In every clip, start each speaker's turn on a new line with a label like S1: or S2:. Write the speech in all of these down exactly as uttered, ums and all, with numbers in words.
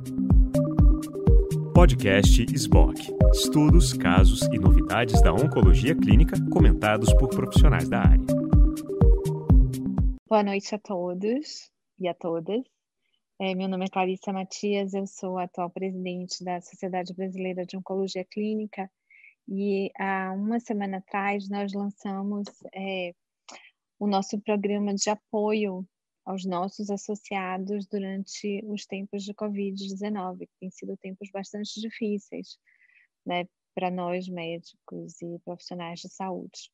S1: Podcast S B O C. Estudos, casos e novidades da oncologia clínica comentados por profissionais da área.
S2: Boa noite a todos e a todas. É, meu nome é Clarissa Matias, eu sou a atual presidente da Sociedade Brasileira de Oncologia Clínica e há uma semana atrás nós lançamos é, o nosso programa de apoio aos nossos associados durante os tempos de covid dezenove, que têm sido tempos bastante difíceis, né, para nós médicos e profissionais de saúde.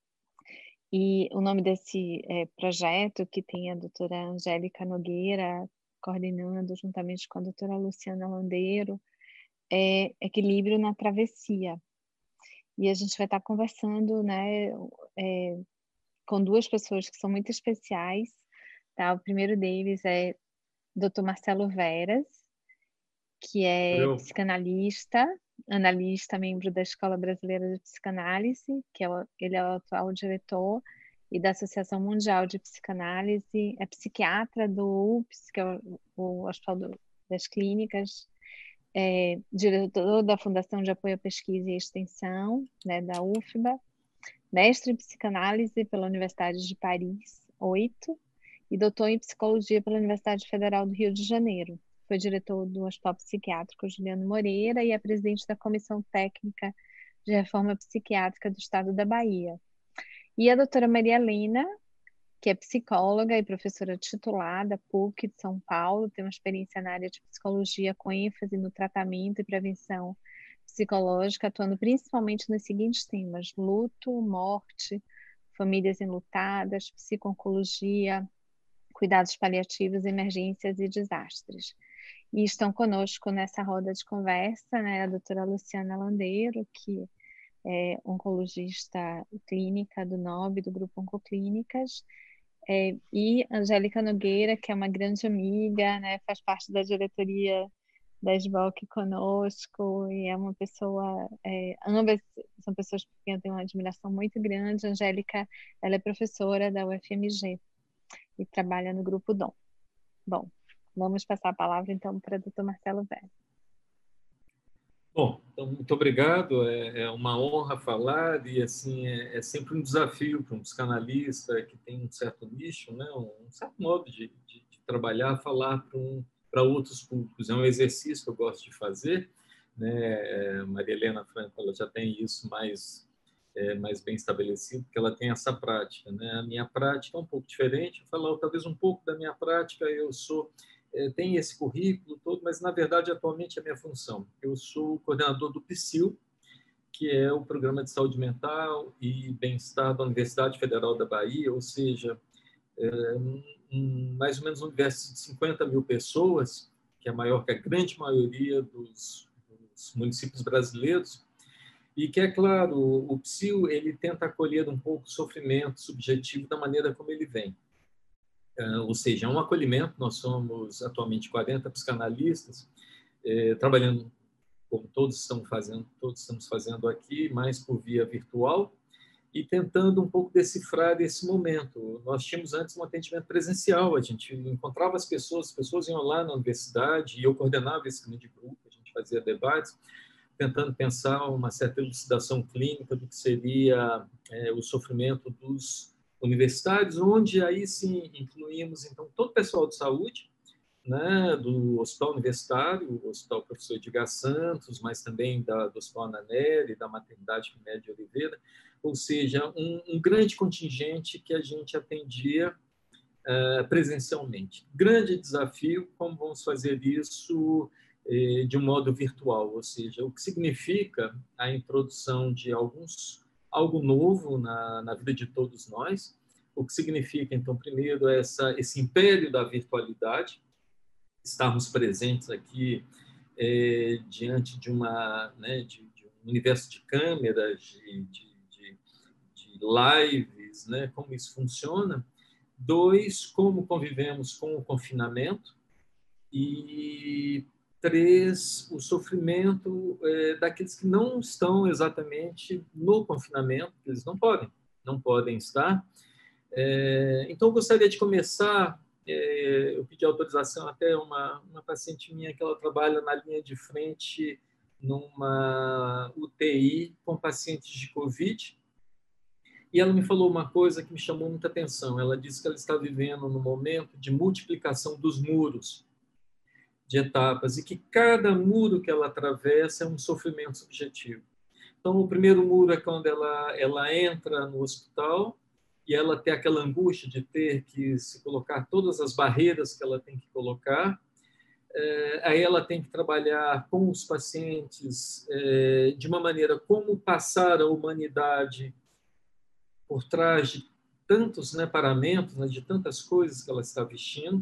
S2: E o nome desse é, projeto, que tem a doutora Angélica Nogueira coordenando juntamente com a doutora Luciana Landeiro, é Equilíbrio na Travessia. E a gente vai estar conversando, né, é, com duas pessoas que são muito especiais. Tá? O primeiro deles é doutor Marcelo Veras, que é
S3: Eu.
S2: psicanalista, analista, membro da Escola Brasileira de Psicanálise, que é o, ele é o atual diretor e da Associação Mundial de Psicanálise, é psiquiatra do U P S, que é o, o Hospital do, das Clínicas, é diretor da Fundação de Apoio à Pesquisa e Extensão, né, da U F B A, mestre em psicanálise pela Universidade de Paris, oito, e doutor em psicologia pela Universidade Federal do Rio de Janeiro. Foi diretor do Hospital Psiquiátrico Juliano Moreira e é presidente da Comissão Técnica de Reforma Psiquiátrica do Estado da Bahia. E a doutora Maria Helena, que é psicóloga e professora titular da P U C de São Paulo, tem uma experiência na área de psicologia com ênfase no tratamento e prevenção psicológica, atuando principalmente nos seguintes temas: luto, morte, famílias enlutadas, psico-oncologia, cuidados paliativos, emergências e desastres. E estão conosco nessa roda de conversa, né, a doutora Luciana Landeiro, que é oncologista clínica do N O B, do Grupo Oncoclínicas, é, e Angélica Nogueira, que é uma grande amiga, né, faz parte da diretoria da S B O C conosco, e é uma pessoa, é, ambas são pessoas por quem eu tenho uma admiração muito grande. A Angélica, ela é professora da U F M G e trabalha no Grupo D O M. Bom, vamos passar a palavra então para o doutor Marcelo Veras.
S3: Bom, então, muito obrigado. É, é uma honra falar e assim é, é sempre um desafio para um psicanalista que tem um certo nicho, né, um certo modo de, de, de trabalhar, falar para um, para outros públicos. É um exercício que eu gosto de fazer, né? Maria Helena Franco, ela já tem isso mais é, mais bem estabelecido, porque ela tem essa prática, né? A minha prática é um pouco diferente. Eu falo talvez um pouco da minha prática. Eu sou tem esse currículo todo, mas, na verdade, atualmente é a minha função. Eu sou coordenador do P S I L, que é o Programa de Saúde Mental e Bem-Estar da Universidade Federal da Bahia, ou seja, é um, mais ou menos um universo de cinquenta mil pessoas, que é maior que a grande maioria dos, dos municípios brasileiros, e que, é claro, o P S I L ele tenta acolher um pouco o sofrimento subjetivo da maneira como ele vem. Uh, ou seja, é um acolhimento. Nós somos atualmente quarenta psicanalistas, eh, trabalhando como todos estamos fazendo, todos estamos fazendo aqui, mais por via virtual, e tentando um pouco decifrar esse momento. Nós tínhamos antes um atendimento presencial, a gente encontrava as pessoas, as pessoas iam lá na universidade, e eu coordenava esse grande grupo, a gente fazia debates, tentando pensar uma certa elucidação clínica do que seria eh, o sofrimento dos universitários, onde aí sim incluímos então todo o pessoal de saúde, né, do Hospital Universitário, o Hospital Professor Edgar Santos, mas também da, do Hospital Ana Nery, da Maternidade Priméria de Oliveira, ou seja, um, um grande contingente que a gente atendia uh, presencialmente. Grande desafio, como vamos fazer isso eh, de um modo virtual, ou seja, o que significa a introdução de alguns algo novo na, na vida de todos nós. O que significa, então, primeiro, essa, esse império da virtualidade, estarmos presentes aqui é, diante de, uma, né, de, de um universo de câmeras, de, de, de, de lives, né, como isso funciona. Dois, como convivemos com o confinamento. E três, o sofrimento é, daqueles que não estão exatamente no confinamento, eles não podem, não podem estar. É, então, eu gostaria de começar é, eu pedi autorização até uma, uma paciente minha que ela trabalha na linha de frente numa U T I com pacientes de Covid, e ela me falou uma coisa que me chamou muita atenção. Ela disse que ela está vivendo num momento de multiplicação dos muros, de etapas, e que cada muro que ela atravessa é um sofrimento subjetivo. Então, o primeiro muro é quando ela, ela entra no hospital e ela tem aquela angústia de ter que se colocar todas as barreiras que ela tem que colocar. É, aí ela tem que trabalhar com os pacientes é, de uma maneira como passar a humanidade por trás de tantos, né, paramentos, né, de tantas coisas que ela está vestindo.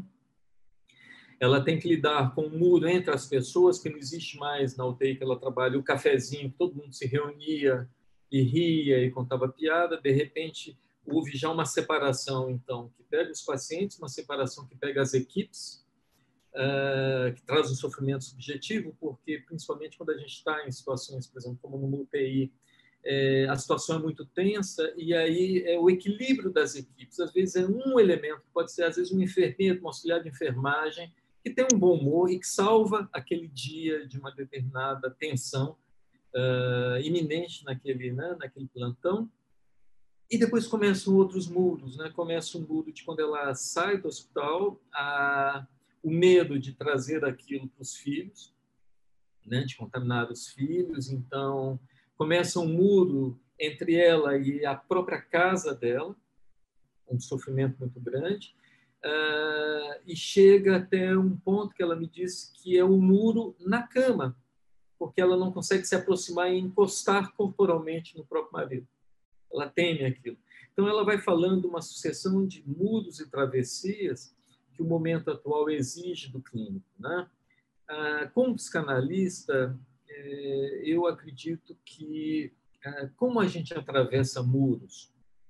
S3: Ela tem que lidar com o muro entre as pessoas, que não existe mais na U T I que ela trabalha, o cafezinho, que todo mundo se reunia e ria e contava piada. De repente, houve já uma separação, então, que pega os pacientes, uma separação que pega as equipes, uh, que traz um sofrimento subjetivo, porque, principalmente quando a gente está em situações, por exemplo, como no U T I, é, a situação é muito tensa, e aí é o equilíbrio das equipes. Às vezes é um elemento, pode ser, às vezes, um enfermeiro, um auxiliar de enfermagem, que tem um bom humor e que salva aquele dia de uma determinada tensão uh, iminente naquele, né, naquele plantão. E depois começam outros muros, né? Começa um muro de quando ela sai do hospital, a, o medo de trazer aquilo para os filhos, né? De contaminar os filhos. Então, começa um muro entre ela e a própria casa dela, um sofrimento muito grande. Uh, e chega até um ponto que ela me disse que é o muro na cama, porque ela não consegue se aproximar e encostar corporalmente no próprio marido. Ela teme aquilo. Então, ela vai falando uma sucessão de muros e travessias que o momento atual exige do clínico, né? Uh, como psicanalista, eh, eu acredito que uh, como a gente atravessa muros?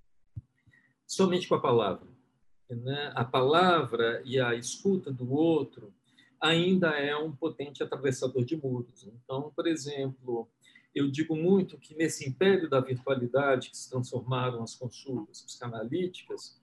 S3: Somente com a palavra. Né? A palavra e a escuta do outro ainda é um potente atravessador de muros. Então, por exemplo, eu digo muito que nesse império da virtualidade que se transformaram as consultas psicanalíticas,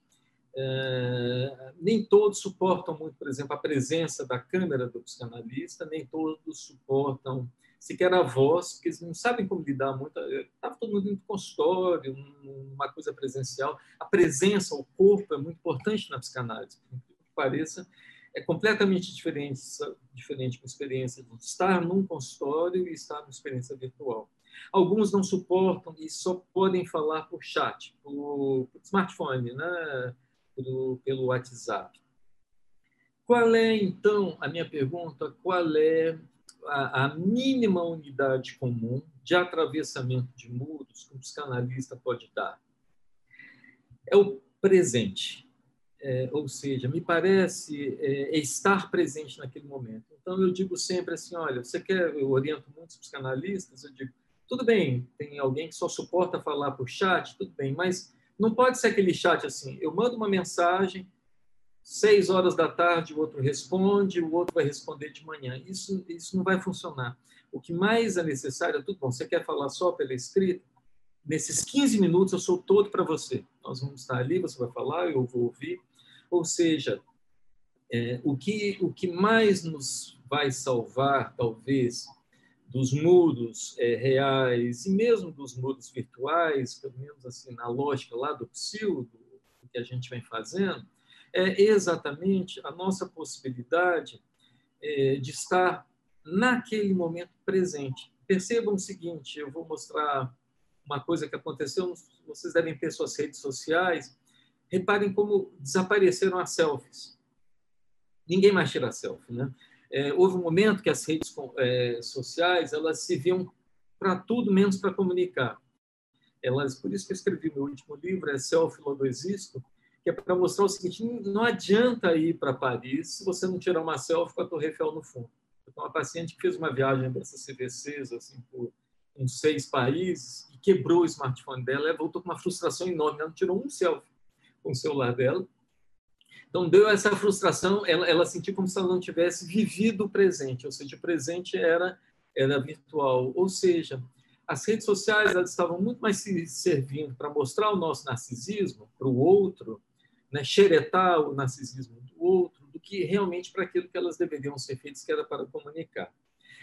S3: é, nem todos suportam muito, por exemplo, a presença da câmera do psicanalista, nem todos suportam sequer a voz, porque eles não sabem como lidar muito. Estava todo mundo no consultório, uma coisa presencial. A presença, o corpo é muito importante na psicanálise, por que pareça, é completamente diferente, diferente com a experiência de estar num consultório e estar numa experiência virtual. Alguns não suportam e só podem falar por chat, por, por smartphone, né? por, pelo WhatsApp. Qual é, então, a minha pergunta, qual é a, a mínima unidade comum de atravessamento de muros que um psicanalista pode dar? É o presente. É, ou seja, me parece é, estar presente naquele momento. Então, eu digo sempre assim, olha, você quer, eu oriento muitos psicanalistas, eu digo, tudo bem, tem alguém que só suporta falar por chat, tudo bem, mas não pode ser aquele chat assim, eu mando uma mensagem, seis horas da tarde o outro responde, o outro vai responder de manhã. Isso, isso não vai funcionar. O que mais é necessário é tudo bom, você quer falar só pela escrita? Nesses quinze minutos eu sou todo para você. Nós vamos estar ali, você vai falar, eu vou ouvir. Ou seja, é, o, que, o que mais nos vai salvar, talvez, dos muros é, reais e mesmo dos muros virtuais, pelo menos assim, na lógica lá do psil, do, do que a gente vem fazendo, é exatamente a nossa possibilidade é, de estar naquele momento presente. Percebam o seguinte, eu vou mostrar uma coisa que aconteceu, vocês devem ter suas redes sociais. Reparem como desapareceram as selfies. Ninguém mais tira selfie, né? É, houve um momento que as redes é, sociais elas se viam para tudo menos para comunicar. Elas, por isso que eu escrevi meu último livro, é Selfie Logo Existo, que é para mostrar o seguinte, não adianta ir para Paris se você não tirar uma selfie com a Torre Eiffel no fundo. Então, uma paciente que fez uma viagem dessas C V Cs assim, por uns seis países e quebrou o smartphone dela, ela voltou com uma frustração enorme, ela não tirou um selfie com o celular dela. Então, deu essa frustração, ela, ela sentiu como se ela não tivesse vivido o presente, ou seja, o presente era, era virtual. Ou seja, as redes sociais elas estavam muito mais se servindo para mostrar o nosso narcisismo para o outro, né, xeretar o narcisismo do outro do que realmente para aquilo que elas deveriam ser feitas, que era para comunicar.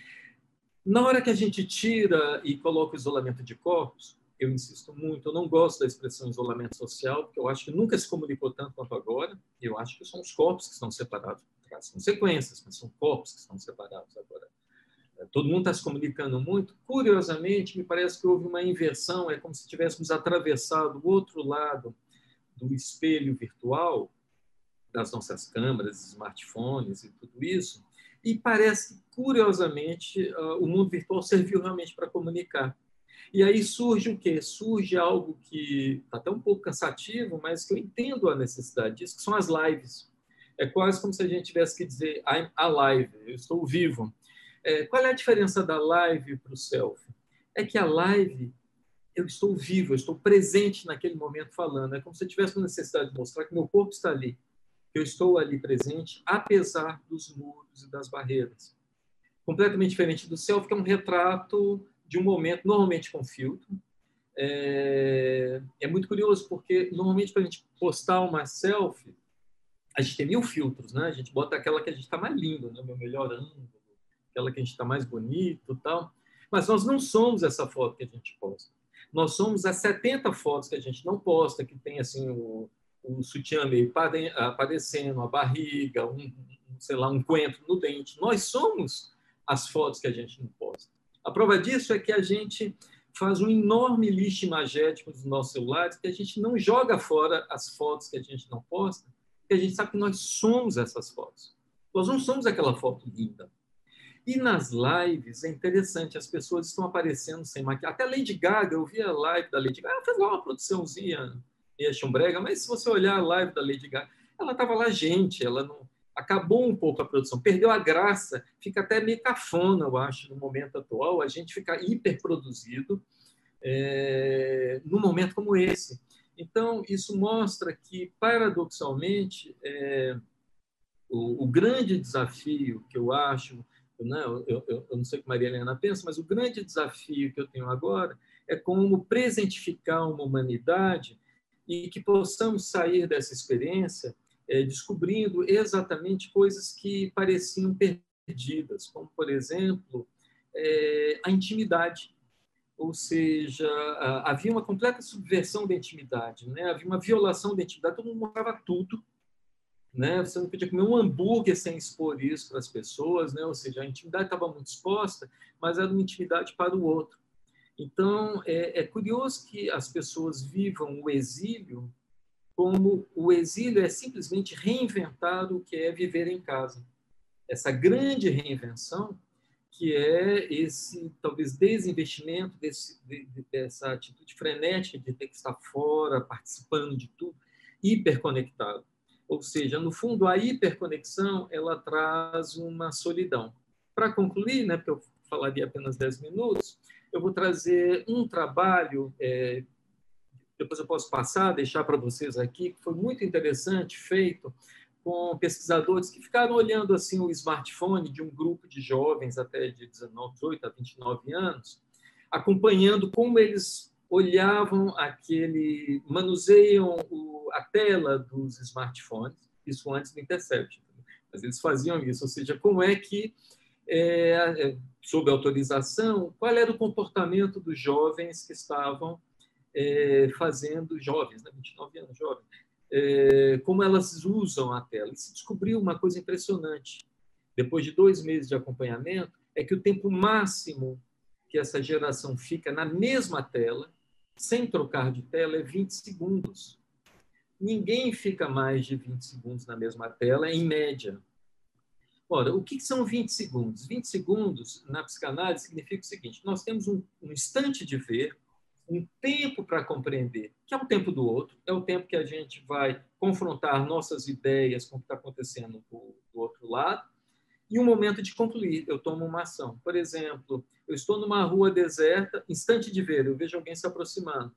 S3: Na hora que a gente tira e coloca o isolamento de corpos, eu insisto muito, eu não gosto da expressão isolamento social, porque eu acho que nunca se comunicou tanto quanto agora. Eu acho que são os corpos que estão separados, traz consequências, mas são corpos que estão separados agora. Todo mundo está se comunicando muito. Curiosamente, me parece que houve uma inversão, é como se tivéssemos atravessado o outro lado do espelho virtual, das nossas câmeras, smartphones e tudo isso, e parece que, curiosamente, o mundo virtual serviu realmente para comunicar. E aí surge o quê? Surge algo que está até um pouco cansativo, mas que eu entendo a necessidade disso, que são as lives. É quase como se a gente tivesse que dizer I'm alive, eu estou vivo. É, qual é a diferença da live para o selfie? É que a live, eu estou vivo, eu estou presente naquele momento falando. É como se eu tivesse necessidade de mostrar que meu corpo está ali, que eu estou ali presente, apesar dos muros e das barreiras. Completamente diferente do selfie, que é um retrato de um momento, normalmente com filtro. É, é muito curioso, porque normalmente para a gente postar uma selfie, a gente tem mil filtros, né? A gente bota aquela que a gente está mais lindo, né? Meu melhor ângulo, aquela que a gente está mais bonito e tal. Mas nós não somos essa foto que a gente posta. Nós somos as setenta fotos que a gente não posta, que tem assim o, o sutiã meio aparecendo, a barriga, um, sei lá, um coentro no dente. Nós somos as fotos que a gente não posta. A prova disso é que a gente faz um enorme lixo imagético dos nossos celulares, que a gente não joga fora as fotos que a gente não posta, porque a gente sabe que nós somos essas fotos. Nós não somos aquela foto linda. E nas lives, é interessante, as pessoas estão aparecendo sem maquiagem. Até a Lady Gaga, eu vi a live da Lady Gaga, ela fez lá uma produçãozinha meio chumbrega, mas se você olhar a live da Lady Gaga, ela estava lá, gente, ela não... Acabou um pouco a produção, perdeu a graça, fica até meio cafona, eu acho, no momento atual, a gente fica hiperproduzido é, num momento como esse. Então, isso mostra que, paradoxalmente, é, o, o grande desafio que eu acho... Não, eu, eu, eu não sei o que Maria Helena pensa, mas o grande desafio que eu tenho agora é como presentificar uma humanidade e que possamos sair dessa experiência é, descobrindo exatamente coisas que pareciam perdidas, como, por exemplo, é, a intimidade. Ou seja, havia uma completa subversão da intimidade, né? Havia uma violação da intimidade, todo mundo mostrava tudo. Né? Você não podia comer um hambúrguer sem expor isso para as pessoas, né? Ou seja, a intimidade estava muito exposta, mas era uma intimidade para o outro. Então, é, é curioso que as pessoas vivam o exílio como o exílio é simplesmente reinventar o que é viver em casa. Essa grande reinvenção, que é esse, talvez, desinvestimento desse, de, dessa atitude frenética de ter que estar fora, participando de tudo, hiperconectado. Ou seja, no fundo, a hiperconexão ela traz uma solidão. Para concluir, né, porque eu falaria apenas dez minutos, eu vou trazer um trabalho, é, depois eu posso passar, deixar para vocês aqui, que foi muito interessante, feito com pesquisadores que ficaram olhando assim o smartphone de um grupo de jovens até de dezenove, dezoito a vinte e nove anos, acompanhando como eles olhavam aquele, manuseiam o, a tela dos smartphones, isso antes do Intercept, mas eles faziam isso, ou seja, como é que, é, sob autorização, qual era o comportamento dos jovens que estavam é, fazendo, jovens, né, vinte e nove anos, jovens, é, como elas usam a tela. E se descobriu uma coisa impressionante, depois de dois meses de acompanhamento, é que o tempo máximo que essa geração fica na mesma tela, sem trocar de tela, é vinte segundos. Ninguém fica mais de vinte segundos na mesma tela, em média. Ora, o que são vinte segundos? vinte segundos, na psicanálise, significa o seguinte: nós temos um, um instante de ver, um tempo para compreender, que é o tempo do outro, é o tempo que a gente vai confrontar nossas ideias com o que está acontecendo do, do outro lado, e um momento de concluir, eu tomo uma ação. Por exemplo, eu estou numa rua deserta, instante de ver, eu vejo alguém se aproximando.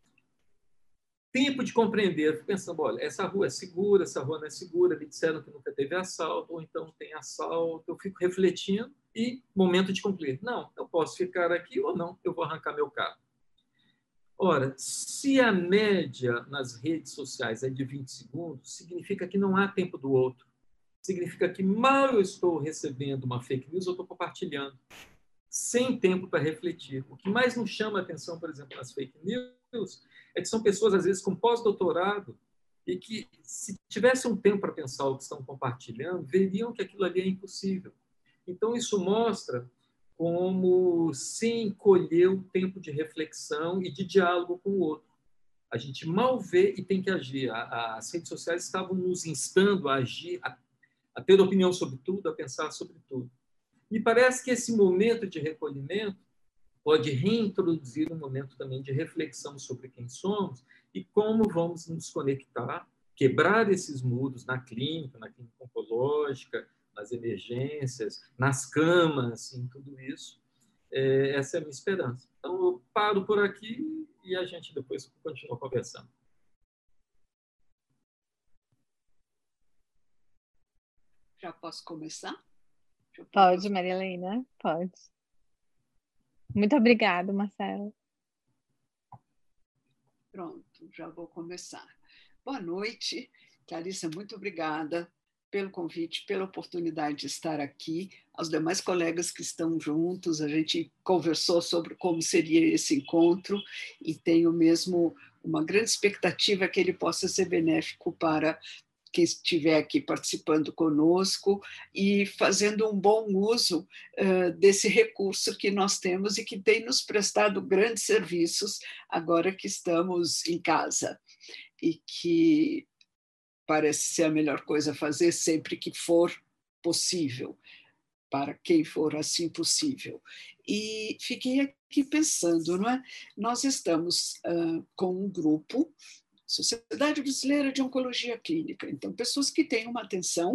S3: Tempo de compreender, eu fico pensando, olha, essa rua é segura, essa rua não é segura, me disseram que nunca teve assalto, ou então tem assalto, eu fico refletindo e momento de concluir. Não, eu posso ficar aqui ou não, eu vou arrancar meu carro. Ora, se a média nas redes sociais é de vinte segundos, significa que não há tempo do outro. significa que mal eu estou recebendo uma fake news, eu estou compartilhando, sem tempo para refletir. O que mais nos chama a atenção, por exemplo, nas fake news, é que são pessoas, às vezes, com pós-doutorado, e que, se tivesse um tempo para pensar o que estão compartilhando, veriam que aquilo ali é impossível. Então, isso mostra como se encolheu o tempo de reflexão e de diálogo com o outro. A gente mal vê e tem que agir. As redes sociais estavam nos instando a agir, a, a ter opinião sobre tudo, a pensar sobre tudo. E parece que esse momento de recolhimento pode reintroduzir um momento também de reflexão sobre quem somos e como vamos nos conectar, quebrar esses muros na clínica, na clínica oncológica, nas emergências, nas camas, em tudo isso. É, essa é a minha esperança. Então, eu paro por aqui e a gente depois continua conversando.
S4: Já posso começar?
S2: Pode, Maria Helena, pode. Muito obrigada, Marcelo.
S4: Pronto, já vou começar. Boa noite, Clarissa, muito obrigada pelo convite, pela oportunidade de estar aqui. Aos demais colegas que estão juntos, a gente conversou sobre como seria esse encontro e tenho mesmo uma grande expectativa que ele possa ser benéfico para quem estiver aqui participando conosco e fazendo um bom uso uh, desse recurso que nós temos e que tem nos prestado grandes serviços agora que estamos em casa e que parece ser a melhor coisa a fazer sempre que for possível, para quem for assim possível. E fiquei aqui pensando, não é? Nós estamos uh, com um grupo, Sociedade Brasileira de Oncologia Clínica, então pessoas que têm uma atenção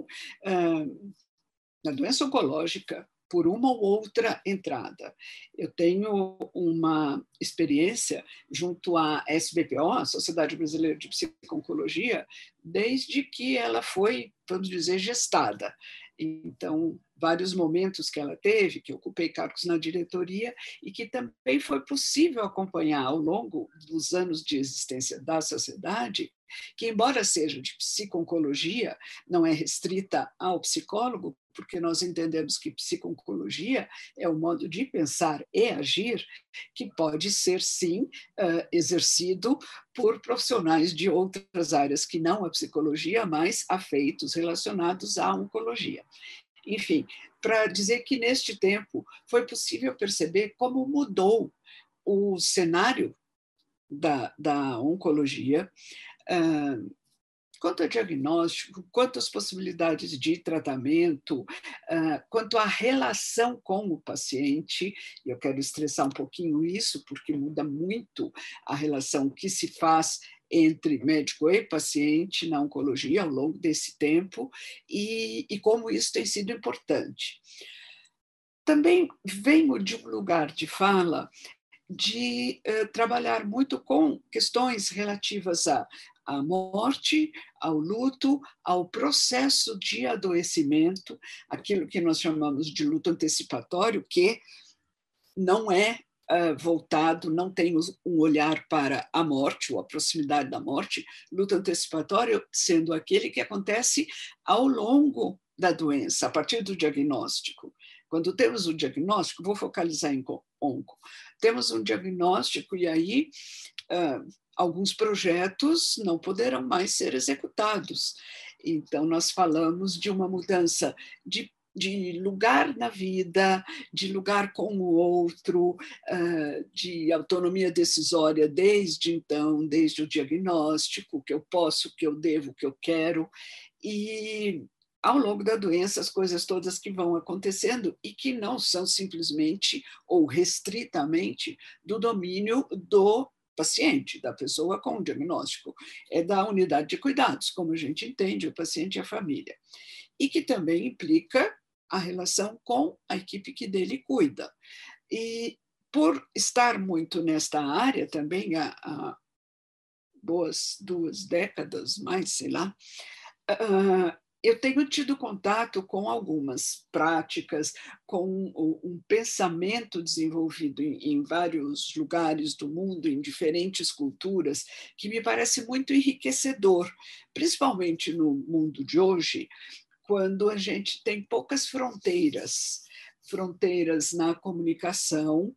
S4: uh, na doença oncológica por uma ou outra entrada. Eu tenho uma experiência junto à S B P O, a Sociedade Brasileira de Psico-Oncologia, desde que ela foi, vamos dizer, gestada. Então, vários momentos que ela teve, que eu ocupei cargos na diretoria, e que também foi possível acompanhar ao longo dos anos de existência da sociedade, que, embora seja de psico-oncologia, não é restrita ao psicólogo, porque nós entendemos que psico-oncologia é o modo de pensar e agir que pode ser, sim, exercido por profissionais de outras áreas que não a psicologia, mas afeitos relacionados à oncologia. Enfim, para dizer que neste tempo foi possível perceber como mudou o cenário da, da oncologia, uh, quanto ao diagnóstico, quanto às possibilidades de tratamento, uh, quanto à relação com o paciente. Eu quero estressar um pouquinho isso, porque muda muito a relação que se faz entre médico e paciente na oncologia ao longo desse tempo e, e como isso tem sido importante. Também venho de um lugar de fala de uh, trabalhar muito com questões relativas à, à morte, ao luto, ao processo de adoecimento, aquilo que nós chamamos de luto antecipatório, que não é uh, voltado, não tem um olhar para a morte ou a proximidade da morte, luto antecipatório sendo aquele que acontece ao longo da doença, a partir do diagnóstico. Quando temos o diagnóstico, vou focalizar em onco, temos um diagnóstico e aí uh, alguns projetos não poderão mais ser executados. Então, nós falamos de uma mudança de, de lugar na vida, de lugar com o outro, uh, de autonomia decisória desde então, desde o diagnóstico, o que eu posso, o que eu devo, o que eu quero, e ao longo da doença, as coisas todas que vão acontecendo e que não são simplesmente ou restritamente do domínio do paciente, da pessoa com o diagnóstico, é da unidade de cuidados, como a gente entende, o paciente e a família, e que também implica a relação com a equipe que dele cuida. E por estar muito nesta área também há, há boas duas décadas, mais, sei lá, uh, eu tenho tido contato com algumas práticas, com um pensamento desenvolvido em vários lugares do mundo, em diferentes culturas, que me parece muito enriquecedor, principalmente no mundo de hoje, quando a gente tem poucas fronteiras, fronteiras na comunicação,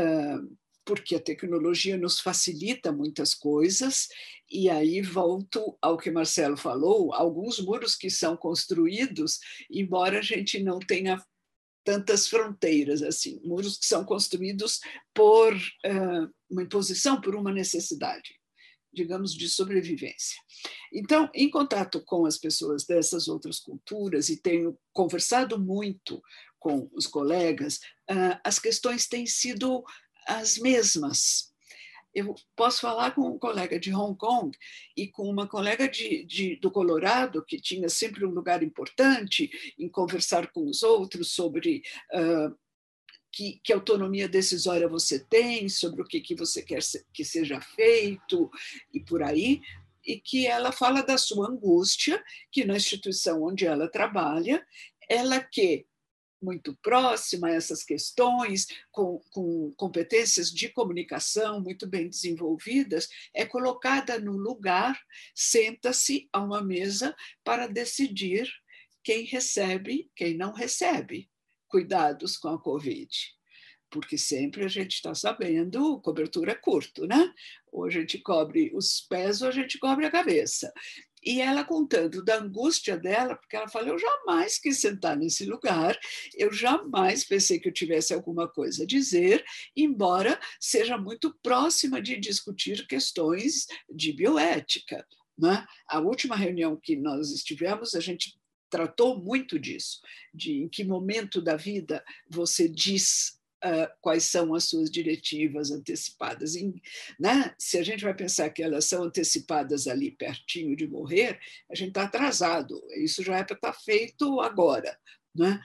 S4: porque a tecnologia nos facilita muitas coisas, e aí volto ao que Marcelo falou, alguns muros que são construídos, embora a gente não tenha tantas fronteiras, assim, muros que são construídos por uh, uma imposição, por uma necessidade, digamos, de sobrevivência. Então, em contato com as pessoas dessas outras culturas, e tenho conversado muito com os colegas, uh, as questões têm sido as mesmas. Eu posso falar com um colega de Hong Kong e com uma colega de, de, do Colorado, que tinha sempre um lugar importante em conversar com os outros sobre uh, que, que autonomia decisória você tem, sobre o que, que você quer que seja feito e por aí, e que ela fala da sua angústia, que na instituição onde ela trabalha, ela que muito próxima a essas questões, com, com competências de comunicação muito bem desenvolvidas, é colocada no lugar, senta-se a uma mesa para decidir quem recebe, quem não recebe cuidados com a Covid. Porque sempre a gente está sabendo, cobertura é curto, né? Ou a gente cobre os pés ou a gente cobre a cabeça. E ela contando da angústia dela, porque ela fala, eu jamais quis sentar nesse lugar, eu jamais pensei que eu tivesse alguma coisa a dizer, embora seja muito próxima de discutir questões de bioética, né? A última reunião que nós estivemos, a gente tratou muito disso, de em que momento da vida você diz Uh, quais são as suas diretivas antecipadas. Em, né? Se a gente vai pensar que elas são antecipadas ali pertinho de morrer, a gente está atrasado, isso já é para estar feito agora. Né?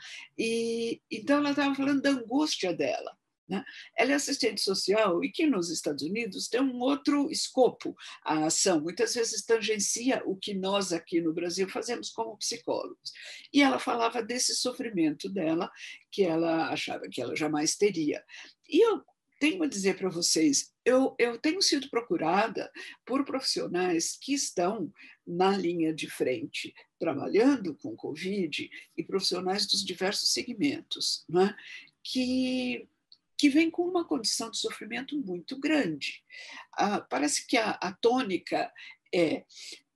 S4: E, então, ela estava falando da angústia dela. Né? Ela é assistente social e que nos Estados Unidos tem um outro escopo. A ação muitas vezes tangencia o que nós aqui no Brasil fazemos como psicólogos. E ela falava desse sofrimento dela, que ela achava que ela jamais teria. E eu tenho a dizer para vocês, eu, eu tenho sido procurada por profissionais que estão na linha de frente, trabalhando com Covid, e profissionais dos diversos segmentos, né? que que vem com uma condição de sofrimento muito grande. Ah, parece que a, a tônica é,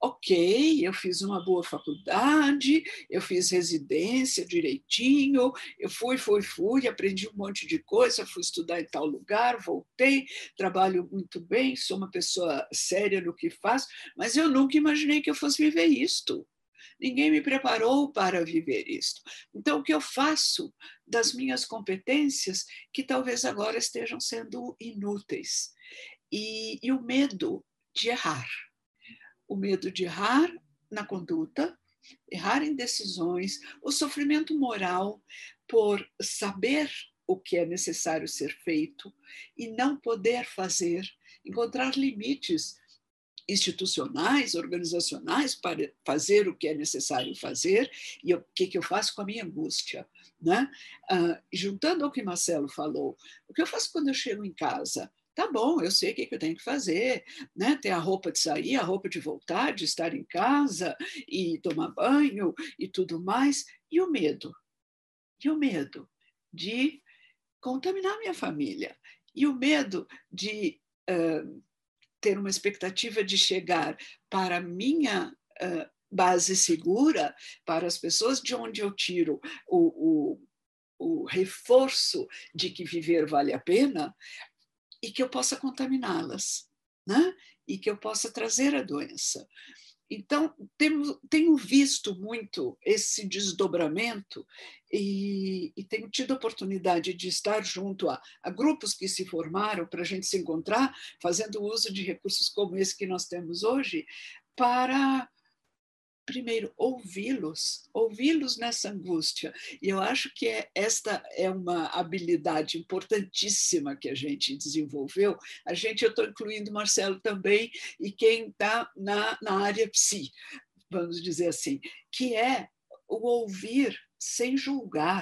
S4: ok, eu fiz uma boa faculdade, eu fiz residência direitinho, eu fui, fui, fui, aprendi um monte de coisa, fui estudar em tal lugar, voltei, trabalho muito bem, sou uma pessoa séria no que faço, mas eu nunca imaginei que eu fosse viver isto. Ninguém me preparou para viver isto. Então, o que eu faço das minhas competências que talvez agora estejam sendo inúteis? E, e o medo de errar. O medo de errar na conduta, errar em decisões, o sofrimento moral por saber o que é necessário ser feito e não poder fazer, encontrar limites institucionais, organizacionais, para fazer o que é necessário fazer, e o que, que eu faço com a minha angústia. Né? Ah, juntando ao que Marcelo falou, o que eu faço quando eu chego em casa? Tá bom, eu sei o que, que eu tenho que fazer, né? Ter a roupa de sair, a roupa de voltar, de estar em casa, e tomar banho, e tudo mais. E o medo? E o medo de contaminar minha família? E o medo de... Uh, ter uma expectativa de chegar para a minha uh, base segura, para as pessoas de onde eu tiro o, o, o reforço de que viver vale a pena, e que eu possa contaminá-las, né? E que eu possa trazer a doença. Então, tenho, tenho visto muito esse desdobramento e, e tenho tido a oportunidade de estar junto a, a grupos que se formaram para a gente se encontrar, fazendo uso de recursos como esse que nós temos hoje, para, primeiro, ouvi-los, ouvi-los nessa angústia. E eu acho que é, esta é uma habilidade importantíssima que a gente desenvolveu. A gente, eu estou incluindo o Marcelo também, e quem está na, na área psi, vamos dizer assim, que é o ouvir sem julgar.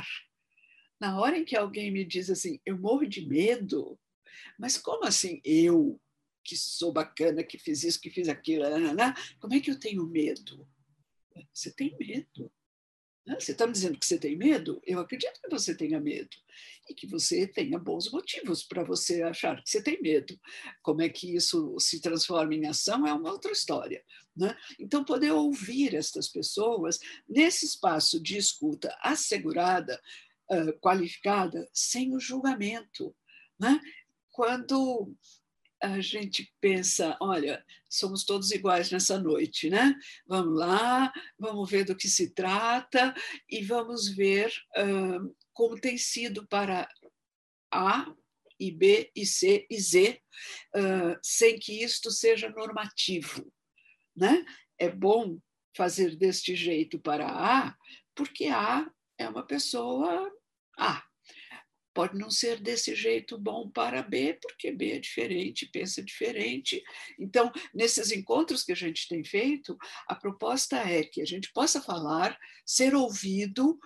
S4: Na hora em que alguém me diz assim, eu morro de medo, mas como assim eu, que sou bacana, que fiz isso, que fiz aquilo, como é que eu tenho medo? Você tem medo. Você está me dizendo que você tem medo? Eu acredito que você tenha medo e que você tenha bons motivos para você achar que você tem medo. Como é que isso se transforma em ação é uma outra história, né? Então, poder ouvir estas pessoas nesse espaço de escuta assegurada, qualificada, sem o julgamento, né? Quando a gente pensa, olha, somos todos iguais nessa noite, né? Vamos lá, vamos ver do que se trata e vamos ver uh, como tem sido para A e B e C e Z, uh, sem que isto seja normativo, né? É bom fazer deste jeito para A, porque A é uma pessoa A. Pode não ser desse jeito bom para B, porque B é diferente, pensa diferente. Então, nesses encontros que a gente tem feito, a proposta é que a gente possa falar, ser ouvido,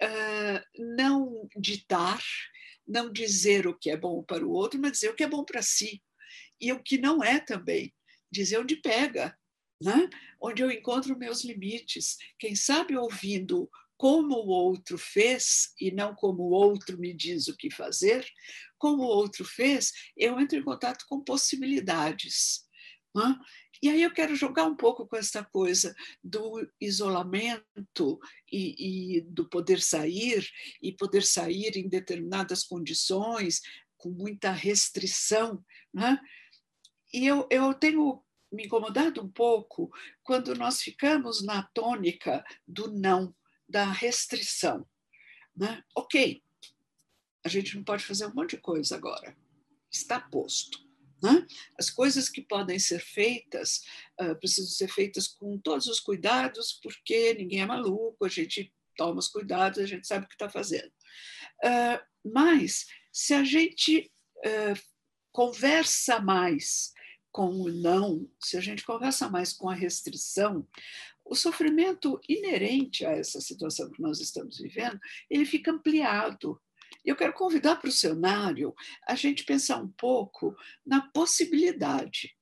S4: não ditar, não dizer o que é bom para o outro, mas dizer o que é bom para si. E o que não é também, dizer onde pega, né? Onde eu encontro meus limites. Quem sabe ouvindo como o outro fez e não como o outro me diz o que fazer, como o outro fez, eu entro em contato com possibilidades. Né? E aí eu quero jogar um pouco com essa coisa do isolamento e, e do poder sair, e poder sair em determinadas condições, com muita restrição. Né? E eu, eu tenho me incomodado um pouco quando nós ficamos na tônica do não, da restrição. Né? Ok, a gente não pode fazer um monte de coisa agora, está posto. Né? As coisas que podem ser feitas uh, precisam ser feitas com todos os cuidados, porque ninguém é maluco, a gente toma os cuidados, a gente sabe o que está fazendo. Uh, mas, se a gente uh, conversa mais com o não, se a gente conversa mais com a restrição, o sofrimento inerente a essa situação que nós estamos vivendo, ele fica ampliado. Eu quero convidar para o cenário a gente pensar um pouco na possibilidade.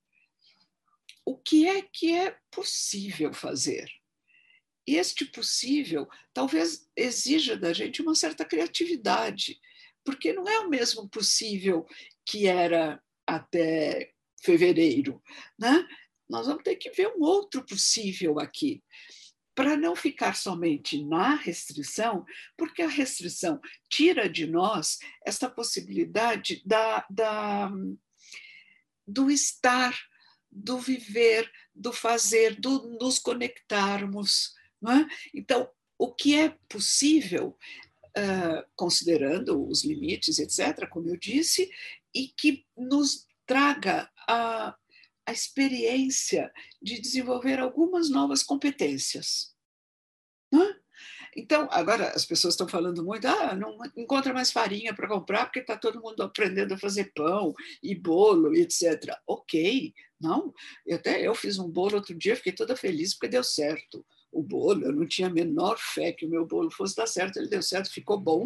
S4: O que é que é possível fazer? E este possível talvez exija da gente uma certa criatividade, porque não é o mesmo possível que era até fevereiro, né? Nós vamos ter que ver um outro possível aqui, para não ficar somente na restrição, porque a restrição tira de nós esta possibilidade da, da, do estar, do viver, do fazer, do nos conectarmos. Não é? Então, o que é possível, uh, considerando os limites, etcétera, como eu disse, e que nos traga a a experiência de desenvolver algumas novas competências. Né? Então, agora as pessoas estão falando muito, ah, não encontra mais farinha para comprar porque está todo mundo aprendendo a fazer pão e bolo, etcétera. Ok, não, até eu fiz um bolo outro dia, fiquei toda feliz porque deu certo. O bolo, eu não tinha a menor fé que o meu bolo fosse dar certo, ele deu certo, ficou bom,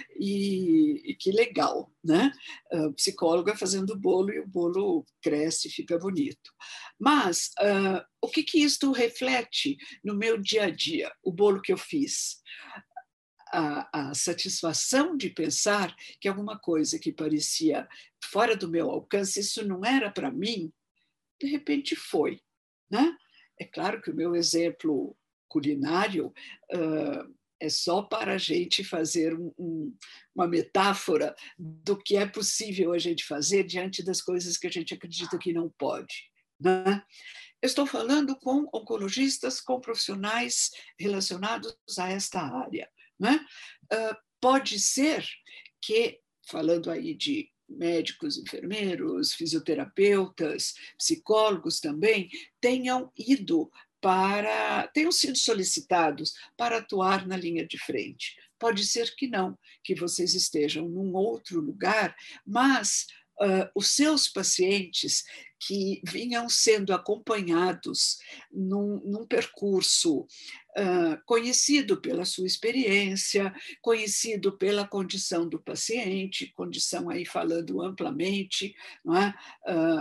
S4: e, e que legal, né? A psicóloga fazendo bolo e o bolo cresce, fica bonito. Mas uh, o que, que isto reflete no meu dia a dia, o bolo que eu fiz? A, a satisfação de pensar que alguma coisa que parecia fora do meu alcance, isso não era para mim, de repente foi, né? É claro que o meu exemplo culinário uh, é só para a gente fazer um, um, uma metáfora do que é possível a gente fazer diante das coisas que a gente acredita que não pode. Né? Eu estou falando com oncologistas, com profissionais relacionados a esta área. Né? Uh, pode ser que, falando aí de médicos, enfermeiros, fisioterapeutas, psicólogos também, tenham ido para, tenham sido solicitados para atuar na linha de frente. Pode ser que não, que vocês estejam num outro lugar, mas uh, os seus pacientes que vinham sendo acompanhados num, num percurso uh, conhecido pela sua experiência, conhecido pela condição do paciente, condição aí falando amplamente, não é? Uh,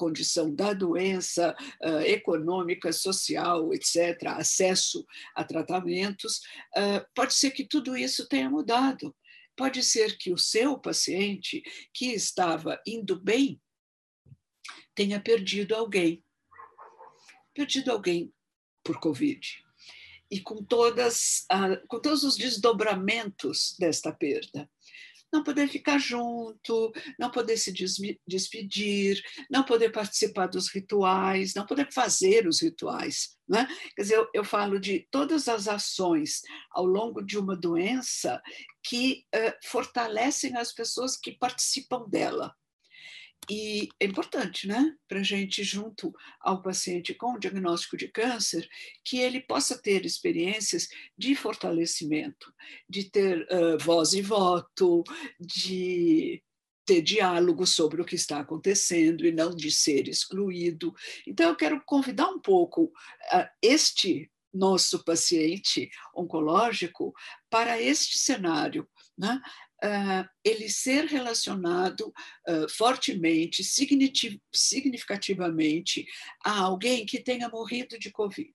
S4: condição da doença, uh, econômica, social, etcétera, acesso a tratamentos, uh, pode ser que tudo isso tenha mudado. Pode ser que o seu paciente, que estava indo bem, tenha perdido alguém. Perdido alguém por Covid. E com, todas, uh, com todos os desdobramentos desta perda. Não poder ficar junto, não poder se despedir, não poder participar dos rituais, não poder fazer os rituais. Né? Quer dizer, eu, eu falo de todas as ações ao longo de uma doença que uh, fortalecem as pessoas que participam dela. E é importante, né, para a gente, junto ao paciente com o diagnóstico de câncer, que ele possa ter experiências de fortalecimento, de ter uh, voz e voto, de ter diálogo sobre o que está acontecendo e não de ser excluído. Então, eu quero convidar um pouco uh, este nosso paciente oncológico para este cenário, né? Uh, ele ser relacionado uh, fortemente, significativamente a alguém que tenha morrido de Covid.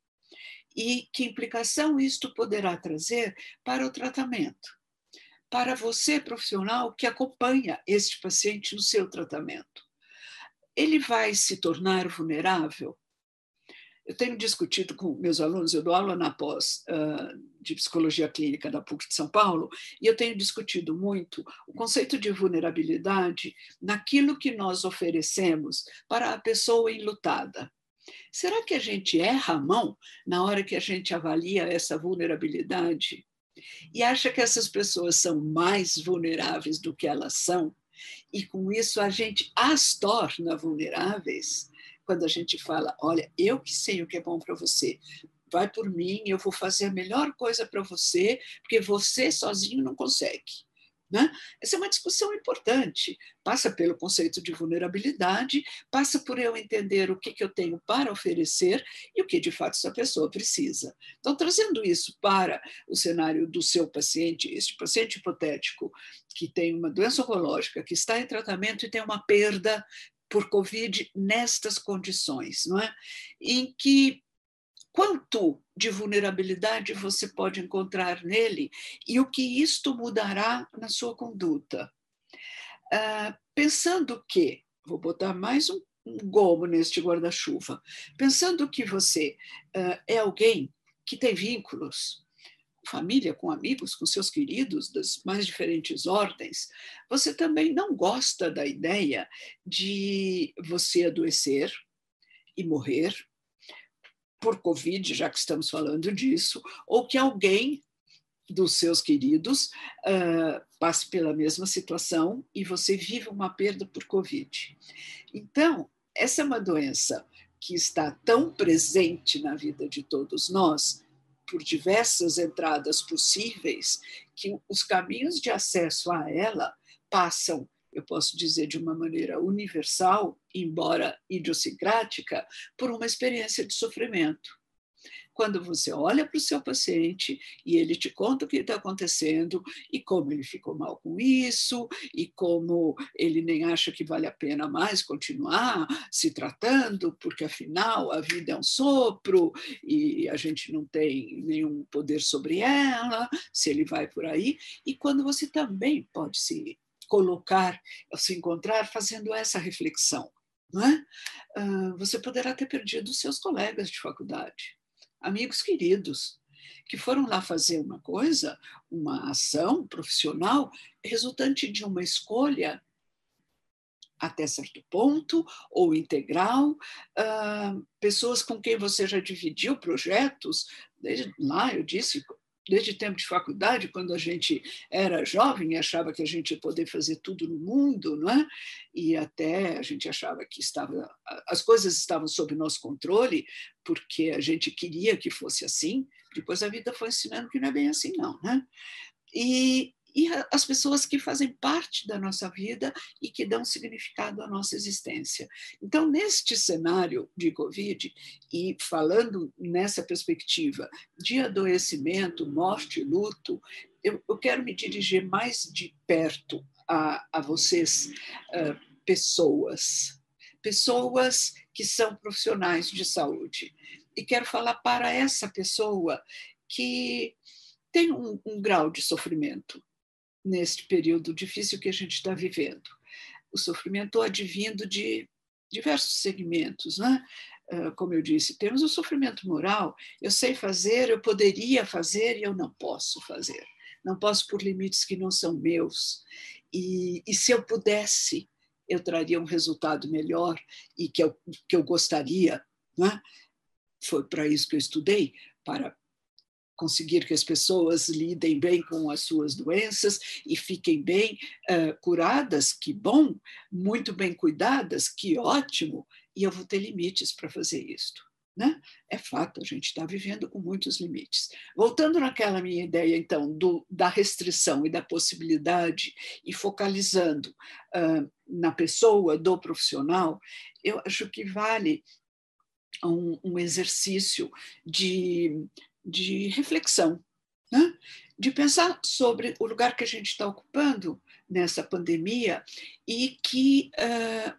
S4: E que implicação isto poderá trazer para o tratamento? Para você, profissional, que acompanha este paciente no seu tratamento. Ele vai se tornar vulnerável? Eu tenho discutido com meus alunos, eu dou aula na pós uh, de psicologia clínica da PUC de São Paulo, e eu tenho discutido muito o conceito de vulnerabilidade naquilo que nós oferecemos para a pessoa enlutada. Será que a gente erra a mão na hora que a gente avalia essa vulnerabilidade e acha que essas pessoas são mais vulneráveis do que elas são, e com isso a gente as torna vulneráveis? Quando a gente fala, olha, eu que sei o que é bom para você, vai por mim, eu vou fazer a melhor coisa para você, porque você sozinho não consegue. Né? Essa é uma discussão importante, passa pelo conceito de vulnerabilidade, passa por eu entender o que, que eu tenho para oferecer e o que de fato essa pessoa precisa. Então, trazendo isso para o cenário do seu paciente, este paciente hipotético que tem uma doença oncológica, que está em tratamento e tem uma perda por Covid nestas condições, não é? Em que quanto de vulnerabilidade você pode encontrar nele e o que isto mudará na sua conduta. Uh, pensando que, vou botar mais um, um gomo neste guarda-chuva, pensando que você uh, é alguém que tem vínculos, família, com amigos, com seus queridos das mais diferentes ordens, você também não gosta da ideia de você adoecer e morrer por Covid, já que estamos falando disso, ou que alguém dos seus queridos uh, passe pela mesma situação e você vive uma perda por Covid. Então, essa é uma doença que está tão presente na vida de todos nós, por diversas entradas possíveis, que os caminhos de acesso a ela passam, eu posso dizer de uma maneira universal, embora idiosincrática, por uma experiência de sofrimento. Quando você olha para o seu paciente e ele te conta o que está acontecendo e como ele ficou mal com isso e como ele nem acha que vale a pena mais continuar se tratando, porque afinal a vida é um sopro e a gente não tem nenhum poder sobre ela, se ele vai por aí. E quando você também pode se colocar, se encontrar fazendo essa reflexão, não é? Você poderá ter perdido seus colegas de faculdade, amigos queridos, que foram lá fazer uma coisa, uma ação profissional, resultante de uma escolha até certo ponto, ou integral, uh, pessoas com quem você já dividiu projetos, desde lá eu disse, desde tempo de faculdade, quando a gente era jovem e achava que a gente ia poder fazer tudo no mundo, não é? E até a gente achava que estava, as coisas estavam sob nosso controle, porque a gente queria que fosse assim. Depois a vida foi ensinando que não é bem assim, não, né? E, e as pessoas que fazem parte da nossa vida e que dão significado à nossa existência. Então, neste cenário de Covid, e falando nessa perspectiva de adoecimento, morte, luto, eu, eu quero me dirigir mais de perto a, a vocês, uh, pessoas, pessoas que são profissionais de saúde. E quero falar para essa pessoa que tem um, um grau de sofrimento neste período difícil que a gente está vivendo. O sofrimento advindo de diversos segmentos, né? Como eu disse, temos o sofrimento moral. Eu sei fazer, eu poderia fazer e eu não posso fazer. Não posso por limites que não são meus. E, e se eu pudesse, eu traria um resultado melhor e que eu, que eu gostaria, né? Foi para isso que eu estudei, para conseguir que as pessoas lidem bem com as suas doenças e fiquem bem uh, curadas, que bom, muito bem cuidadas, que ótimo, e eu vou ter limites para fazer isto. Né? É fato, a gente está vivendo com muitos limites. Voltando naquela minha ideia, então, do, da restrição e da possibilidade, e focalizando uh, na pessoa do profissional, eu acho que vale um, um exercício de... de reflexão, né? De pensar sobre o lugar que a gente está ocupando nessa pandemia e que uh,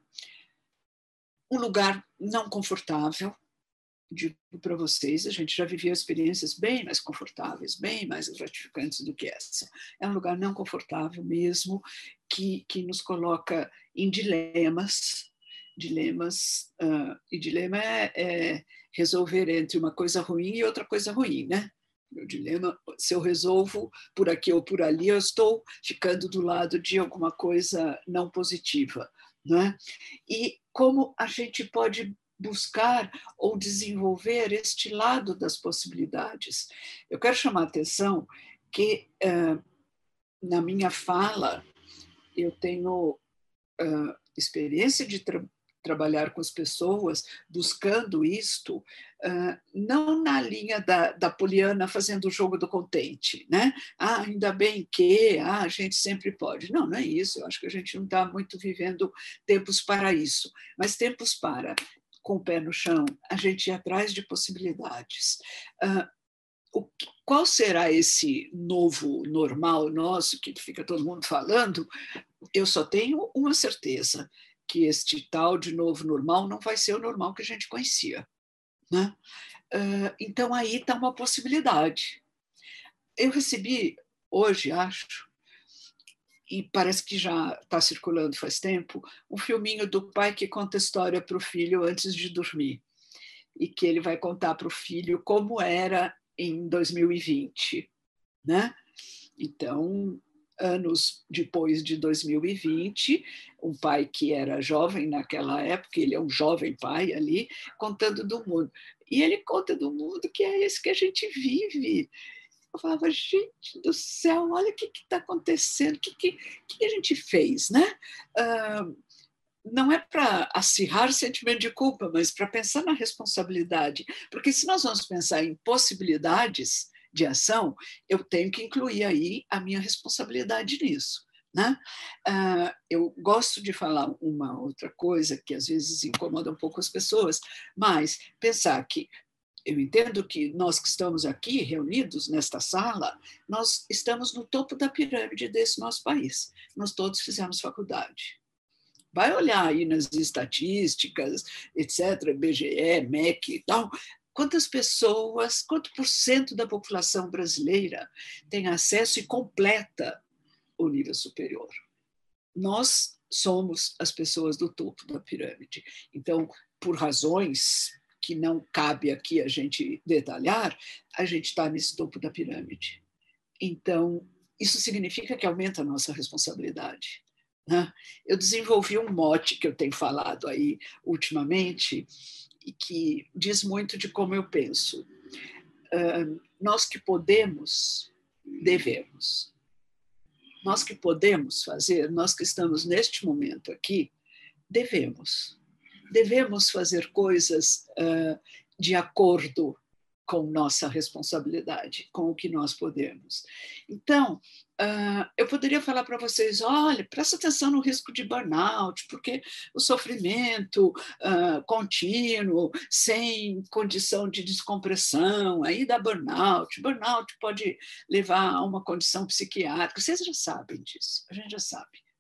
S4: um lugar não confortável, digo para vocês, a gente já viveu experiências bem mais confortáveis, bem mais gratificantes do que essa. É um lugar não confortável mesmo, que, que nos coloca em dilemas, dilemas, uh, e dilema é, é resolver entre uma coisa ruim e outra coisa ruim, né? Meu dilema, se eu resolvo por aqui ou por ali, eu estou ficando do lado de alguma coisa não positiva, né? E como a gente pode buscar ou desenvolver este lado das possibilidades? Eu quero chamar a atenção que, uh, na minha fala, eu tenho uh, experiência de trabalho trabalhar com as pessoas, buscando isto, uh, não na linha da, da Poliana fazendo o jogo do contente, né? Ah, ainda bem que ah, a gente sempre pode. Não, não é isso, eu acho que a gente não está muito vivendo tempos para isso, mas tempos para, com o pé no chão, a gente ir atrás de possibilidades. Uh, o, qual será esse novo normal nosso, que fica todo mundo falando? Eu só tenho uma certeza, que este tal de novo normal não vai ser o normal que a gente conhecia. Né? Uh, então, aí está uma possibilidade. Eu recebi hoje, acho, e parece que já está circulando faz tempo, um filminho do pai que conta a história para o filho antes de dormir, e que ele vai contar para o filho como era em dois mil e vinte. Né? Então, anos depois de dois mil e vinte, um pai que era jovem naquela época, ele é um jovem pai ali, contando do mundo. E ele conta do mundo que é esse que a gente vive. Eu falava, gente do céu, olha o que está acontecendo, o que, que, que a gente fez, né? Uh, não é para acirrar sentimento de culpa, mas para pensar na responsabilidade. Porque se nós vamos pensar em possibilidades de ação, eu tenho que incluir aí a minha responsabilidade nisso. Né? Uh, eu gosto de falar uma outra coisa que às vezes incomoda um pouco as pessoas, mas pensar que eu entendo que nós que estamos aqui reunidos nesta sala, nós estamos no topo da pirâmide desse nosso país. Nós todos fizemos faculdade. Vai olhar aí nas estatísticas, etcétera, B G E, M E C e tal, quantas pessoas, quanto por cento da população brasileira tem acesso e completa o nível superior? Nós somos as pessoas do topo da pirâmide. Então, por razões que não cabe aqui a gente detalhar, a gente está nesse topo da pirâmide. Então, isso significa que aumenta a nossa responsabilidade. Né? Eu desenvolvi um mote que eu tenho falado aí ultimamente, e que diz muito de como eu penso. Uh, nós que podemos, devemos. Nós que podemos fazer, nós que estamos neste momento aqui, devemos. Devemos fazer coisas uh, de acordo com nossa responsabilidade, com o que nós podemos. Então, uh, eu poderia falar para vocês, olha, presta atenção no risco de burnout, porque o sofrimento uh, contínuo, sem condição de descompressão, aí dá burnout. Burnout pode levar a uma condição psiquiátrica, vocês já sabem disso, a gente já sabe.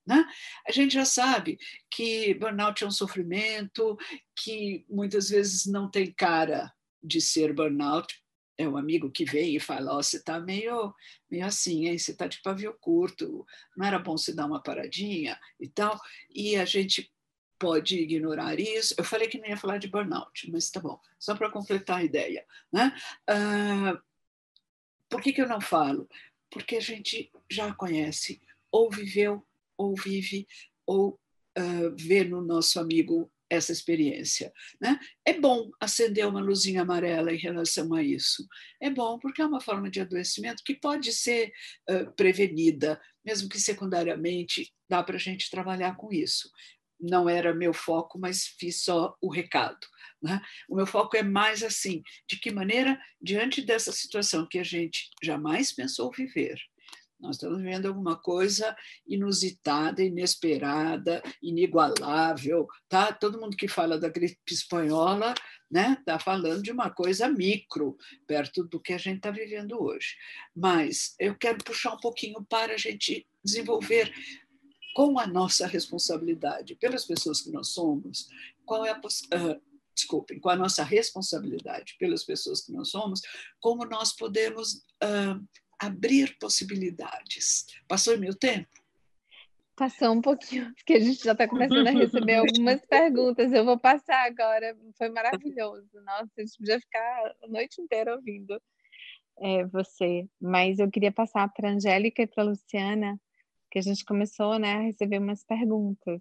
S4: né? A gente já sabe que burnout é um sofrimento, que muitas vezes não tem cara de ser burnout. É um amigo que vem e fala, oh, você está meio, meio assim, hein? Você está de pavio curto, não era bom você dar uma paradinha e tal. E a gente pode ignorar isso. Eu falei que não ia falar de burnout, mas tá bom, só para completar a ideia, né? Ah, por que que eu não falo? Porque a gente já conhece, ou viveu, ou vive, ou uh, vê no nosso amigo essa experiência, né? É bom acender uma luzinha amarela em relação a isso. É bom porque é uma forma de adoecimento que pode ser uh, prevenida, mesmo que secundariamente dá para a gente trabalhar com isso. Não era meu foco, mas fiz só o recado, né? O meu foco é mais assim, de que maneira, diante dessa situação que a gente jamais pensou viver, nós estamos vivendo alguma coisa inusitada, inesperada, inigualável, tá? Todo mundo que fala da gripe espanhola, né, está falando de uma coisa micro, perto do que a gente está vivendo hoje. Mas eu quero puxar um pouquinho para a gente desenvolver com a nossa responsabilidade pelas pessoas que nós somos, qual é a uh, desculpem, com a nossa responsabilidade pelas pessoas que nós somos, como nós podemos uh, abrir possibilidades. Passou o meu tempo?
S2: Passou um pouquinho, porque a gente já está começando a receber algumas perguntas. Eu vou passar agora, foi maravilhoso. Nossa, a gente podia ficar a noite inteira ouvindo é, você. Mas eu queria passar para a Angélica e para a Luciana, que a gente começou, né, a receber umas perguntas.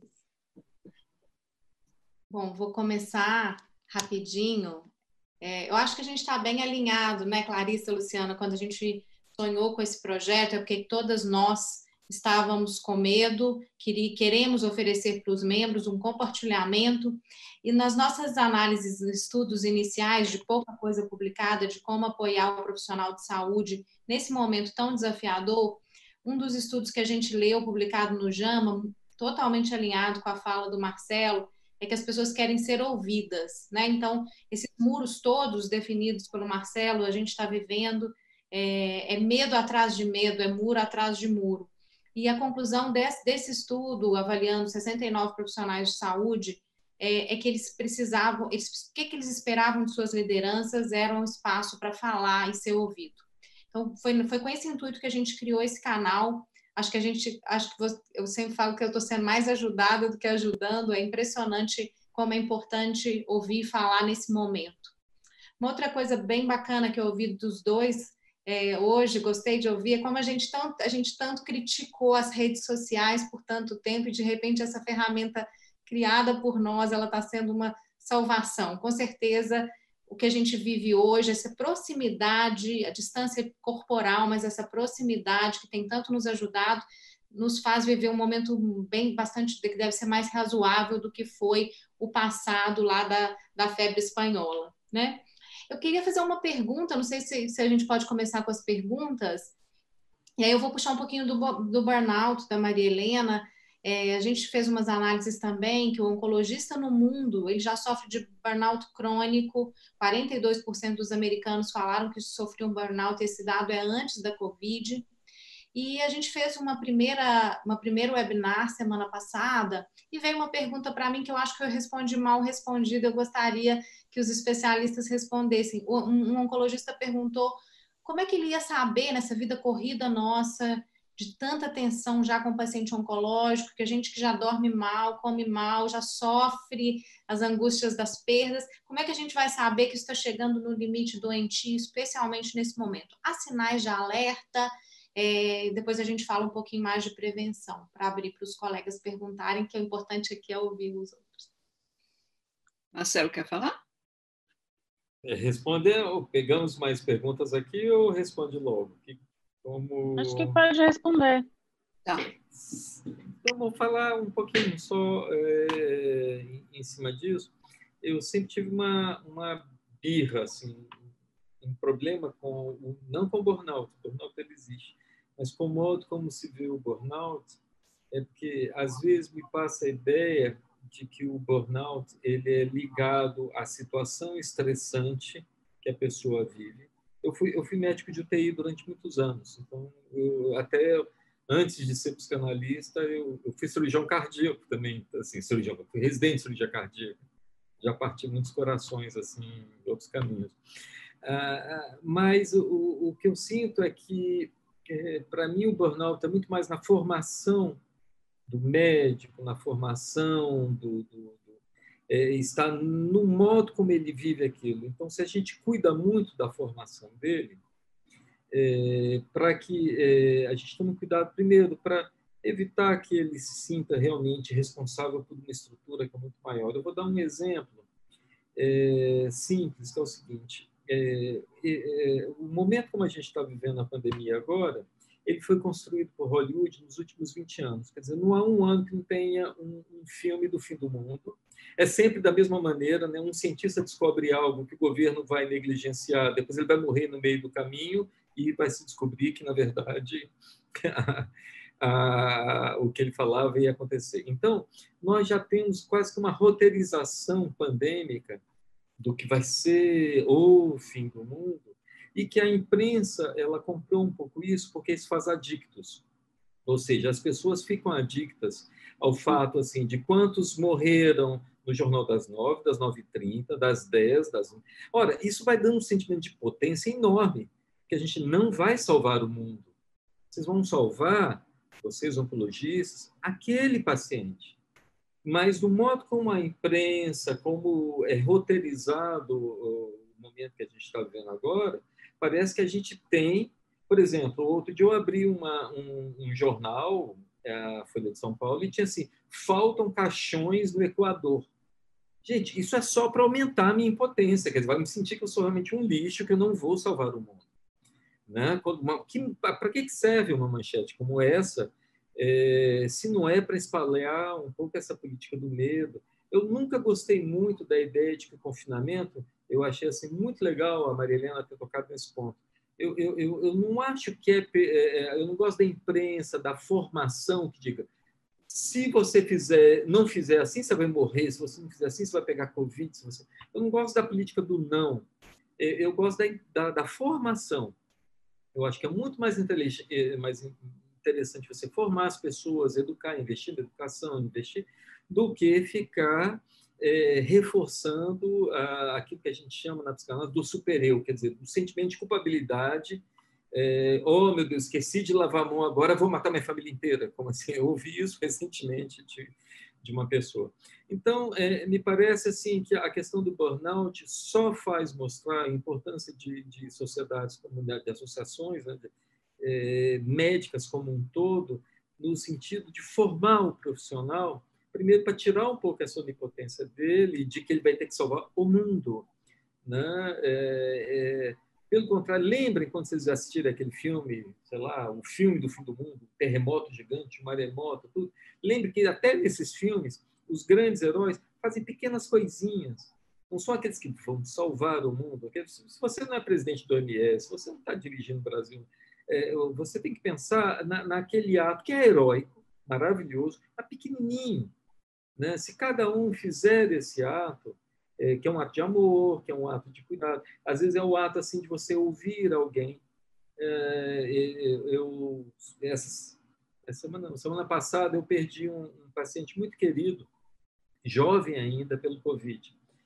S5: Bom, vou começar rapidinho. É, eu acho que a gente está bem alinhado, né, Clarissa, Luciana, quando a gente sonhou com esse projeto, é porque todas nós estávamos com medo, queremos oferecer para os membros um compartilhamento, e nas nossas análises, estudos iniciais de pouca coisa publicada, de como apoiar o profissional de saúde nesse momento tão desafiador, um dos estudos que a gente leu, publicado no JAMA, totalmente alinhado com a fala do Marcelo, é que as pessoas querem ser ouvidas, né? Então, esses muros todos definidos pelo Marcelo, a gente está vivendo, é, é medo atrás de medo, é muro atrás de muro. E a conclusão desse, desse estudo, avaliando sessenta e nove profissionais de saúde, é, é que eles precisavam, eles, o que, que eles esperavam de suas lideranças era um espaço para falar e ser ouvido. Então, foi, foi com esse intuito que a gente criou esse canal. Acho que a gente, acho que você, eu sempre falo que eu estou sendo mais ajudada do que ajudando. É impressionante como é importante ouvir e falar nesse momento. Uma outra coisa bem bacana que eu ouvi dos dois é, hoje, gostei de ouvir, é como a gente, tanto, a gente tanto criticou as redes sociais por tanto tempo e, de repente, essa ferramenta criada por nós, ela está sendo uma salvação. Com certeza, o que a gente vive hoje, essa proximidade, a distância corporal, mas essa proximidade que tem tanto nos ajudado, nos faz viver um momento bem, bastante, que deve ser mais razoável do que foi o passado lá da, da febre espanhola, né? Eu queria fazer uma pergunta, não sei se, se a gente pode começar com as perguntas, e aí eu vou puxar um pouquinho do, do burnout da Maria Helena. É, a gente fez umas análises também que o oncologista no mundo, ele já sofre de burnout crônico, quarenta e dois por cento dos americanos falaram que sofriam burnout, esse dado é antes da Covid. E a gente fez uma primeira, uma primeira webinar semana passada e veio uma pergunta para mim que eu acho que eu respondi mal respondida, eu gostaria que os especialistas respondessem. Um, um oncologista perguntou como é que ele ia saber nessa vida corrida nossa, de tanta tensão já com o paciente oncológico, que a gente que já dorme mal, come mal, já sofre as angústias das perdas, como é que a gente vai saber que está chegando no limite doentio, especialmente nesse momento? Há sinais de alerta? É, depois a gente fala um pouquinho mais de prevenção, para abrir para os colegas perguntarem, que o importante aqui é ouvir os outros.
S4: Marcelo, quer falar?
S3: É, responder, pegamos mais perguntas aqui ou responde logo? Como...
S6: Acho que pode responder.
S4: Tá.
S3: Então, vou falar um pouquinho só é, em, em cima disso. Eu sempre tive uma, uma birra, assim, um problema com, o, não com o burnout, o burnout ele existe, mas com o modo como se vê o burnout, é porque, às vezes, me passa a ideia de que o burnout ele é ligado à situação estressante que a pessoa vive. Eu fui, eu fui médico de U T I durante muitos anos, então eu, até Antes de ser psicanalista, eu, eu fui cirurgião cardíaco também, assim, cirurgião, fui residente de cirurgia cardíaca. Já parti muitos corações assim, em outros caminhos. Ah, mas o, o que eu sinto é que, é, para mim, o burnout é muito mais na formação do médico, na formação do, do, do é, está no modo como ele vive aquilo. Então, se a gente cuida muito da formação dele, é, para que é, a gente tome cuidado, primeiro, para evitar que ele se sinta realmente responsável por uma estrutura que é muito maior. Eu vou dar um exemplo é, simples, que é o seguinte. É, é, o momento como a gente está vivendo a pandemia agora, ele foi construído por Hollywood nos últimos vinte anos. Quer dizer, não há um ano que não tenha um, um filme do fim do mundo. É sempre da mesma maneira, né? Um cientista descobre algo que o governo vai negligenciar, depois ele vai morrer no meio do caminho e vai se descobrir que, na verdade, a, a, o que ele falava ia acontecer. Então, nós já temos quase que uma roteirização pandêmica do que vai ser o fim do mundo, e que a imprensa ela comprou um pouco isso porque isso faz adictos. Ou seja, as pessoas ficam adictas ao fato assim, de quantos morreram no Jornal das Nove, das nove e trinta, das dez, das... Ora, isso vai dando um sentimento de potência enorme, que a gente não vai salvar o mundo. Vocês vão salvar, vocês oncologistas, aquele paciente. Mas do modo como a imprensa, como é roteirizado o momento que a gente está vivendo agora, parece que a gente tem, por exemplo, outro dia eu abri uma, um, um jornal, a Folha de São Paulo, e tinha assim, faltam caixões no Equador. Gente, isso é só para aumentar a minha impotência, quer dizer, vai me sentir que eu sou realmente um lixo, que eu não vou salvar o mundo. Né? Para que serve uma manchete como essa, é, se não é para espalhar um pouco essa política do medo? Eu nunca gostei muito da ideia de que o confinamento, eu achei assim, muito legal a Maria Helena ter tocado nesse ponto. Eu, eu, eu, eu não acho que é, é, eu não gosto da imprensa, da formação que diga, se você fizer, não fizer assim, você vai morrer, se você não fizer assim, você vai pegar Covid. Se você... Eu não gosto da política do não, eu gosto da, da, da formação. Eu acho que é muito mais, mais interessante você formar as pessoas, educar, investir na educação, investir, do que ficar é, reforçando a, aquilo que a gente chama na psicanálise do super-eu, quer dizer, do sentimento de culpabilidade. É, oh, meu Deus, esqueci de lavar a mão agora, vou matar minha família inteira. Como assim? Eu ouvi isso recentemente de, de uma pessoa. Então, é, me parece assim que a questão do burnout só faz mostrar a importância de, de sociedades, comunidades, de associações, né, de, é, médicas como um todo, no sentido de formar o profissional, primeiro para tirar um pouco essa onipotência dele, de que ele vai ter que salvar o mundo. Né? É, é, Pelo contrário, lembrem quando vocês assistiram aquele filme, sei lá, o filme do fim do mundo, Terremoto Gigante, o Maremoto, tudo. Lembre que até nesses filmes, os grandes heróis fazem pequenas coisinhas. Não são aqueles que vão salvar o mundo. Se você não é presidente do O M S, se você não está dirigindo o Brasil, é, você tem que pensar na, naquele ato que é heróico, maravilhoso, mas pequenininho. Né? Se cada um fizer esse ato, É, que é um ato de amor, que é um ato de cuidado. Às vezes é o ato assim de você ouvir alguém. É, eu, essa, essa semana, semana passada eu perdi um, um paciente muito querido, jovem ainda, pelo Covid.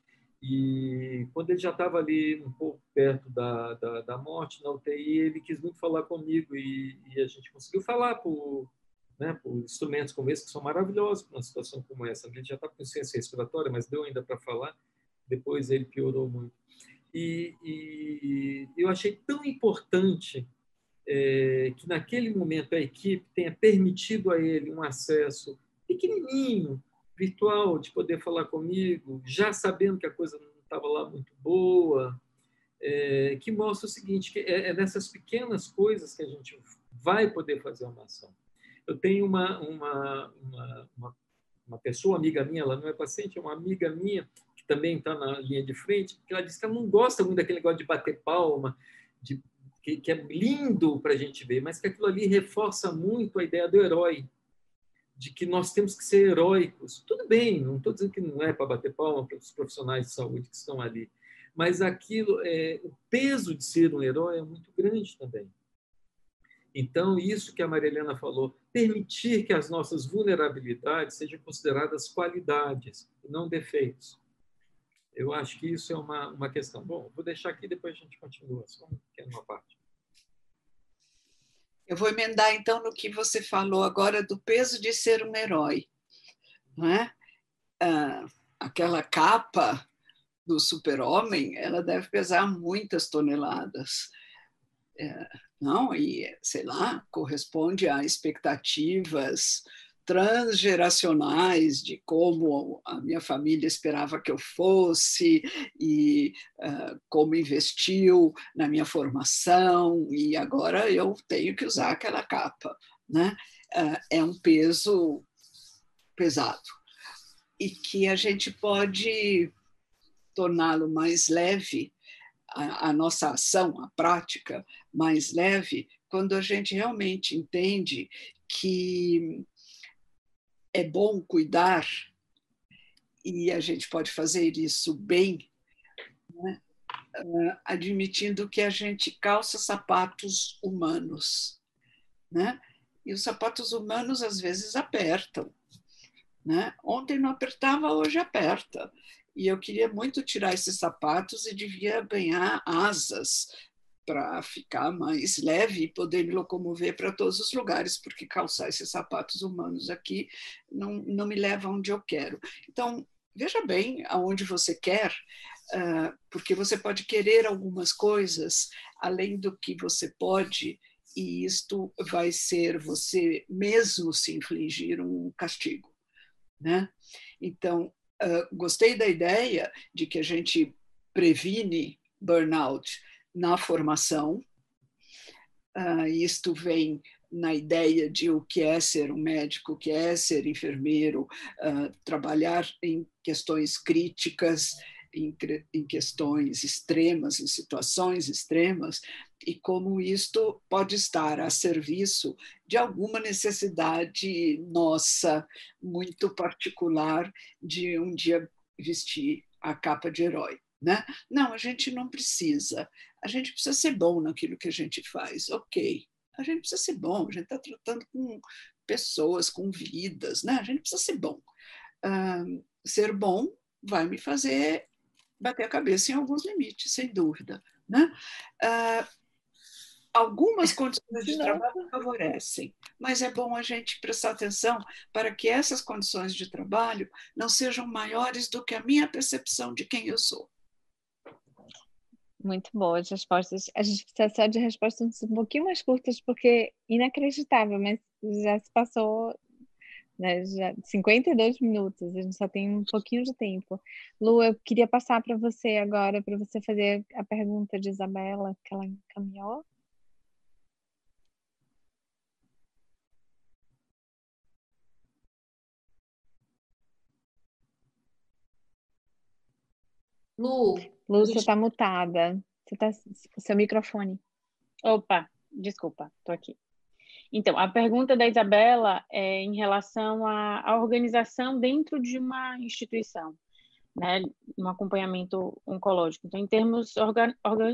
S3: E quando ele já estava ali um pouco perto da, da, da morte, na U T I, ele quis muito falar comigo e, e a gente conseguiu falar por, né, por instrumentos como esse, que são maravilhosos para uma situação como essa. Ele já está com ciência respiratória, mas deu ainda para falar. Depois ele piorou muito. E, e eu achei tão importante é, que naquele momento a equipe tenha permitido a ele um acesso pequenininho, virtual, de poder falar comigo, já sabendo que a coisa não estava lá muito boa, é, que mostra o seguinte, que é, é nessas pequenas coisas que a gente vai poder fazer uma ação. Eu tenho uma, uma, uma, uma, uma pessoa, amiga minha, ela não é paciente, é uma amiga minha, também está na linha de frente, porque ela disse que ela não gosta muito daquele negócio de bater palma, de, que, que é lindo para a gente ver, mas que aquilo ali reforça muito a ideia do herói, de que nós temos que ser heróicos. Tudo bem, não estou dizendo que não é para bater palma para os profissionais de saúde que estão ali, mas aquilo, é, o peso de ser um herói é muito grande também. Então, isso que a Maria Helena falou, permitir que as nossas vulnerabilidades sejam consideradas qualidades e não defeitos. Eu acho que isso é uma, uma questão. Bom, vou deixar aqui, depois a gente continua, só uma parte.
S4: Eu vou emendar, então, no que você falou agora do peso de ser um herói. Não é? Ah, aquela capa do super-homem, ela deve pesar muitas toneladas. É, não, e, sei lá, corresponde a expectativas transgeracionais de como a minha família esperava que eu fosse e uh, como investiu na minha formação, e agora eu tenho que usar aquela capa, né? Uh, é um peso pesado e que a gente pode torná-lo mais leve, a, a nossa ação, a prática mais leve, quando a gente realmente entende que é bom cuidar e a gente pode fazer isso bem, né? uh, admitindo que a gente calça sapatos humanos, né? E os sapatos humanos às vezes apertam, né? Ontem não apertava, hoje aperta. E eu queria muito tirar esses sapatos e devia ganhar asas para ficar mais leve e poder me locomover para todos os lugares, porque calçar esses sapatos humanos aqui não, não me leva onde eu quero. Então, veja bem aonde você quer, porque você pode querer algumas coisas além do que você pode, e isto vai ser você mesmo se infligir um castigo, né? Então, gostei da ideia de que a gente previne burnout na formação. Uh, isto vem na ideia de o que é ser um médico, o que é ser enfermeiro, uh, trabalhar em questões críticas, em, em questões extremas, em situações extremas, e como isto pode estar a serviço de alguma necessidade nossa, muito particular, de um dia vestir a capa de herói, né? Não, a gente não precisa. A gente precisa ser bom naquilo que a gente faz, ok. A gente precisa ser bom, a gente está tratando com pessoas, com vidas, né? A gente precisa ser bom. Uh, ser bom vai me fazer bater a cabeça em alguns limites, sem dúvida, né? Uh, algumas condições de trabalho favorecem, mas é bom a gente prestar atenção para que essas condições de trabalho não sejam maiores do que a minha percepção de quem eu sou.
S2: Muito boas respostas. A gente precisa só de respostas um pouquinho mais curtas, porque inacreditável, mas já se passou, né, já cinquenta e dois minutos, a gente só tem um pouquinho de tempo. Lu, eu queria passar para você agora, para você fazer a pergunta de Isabela, que ela encaminhou.
S5: Lu,
S2: Lu,
S5: gente...
S2: você está mutada. Você tá, seu microfone.
S6: Opa, desculpa, estou aqui. Então, a pergunta da Isabela é em relação à, à organização dentro de uma instituição, né, um acompanhamento oncológico. Então, em termos organ, organ,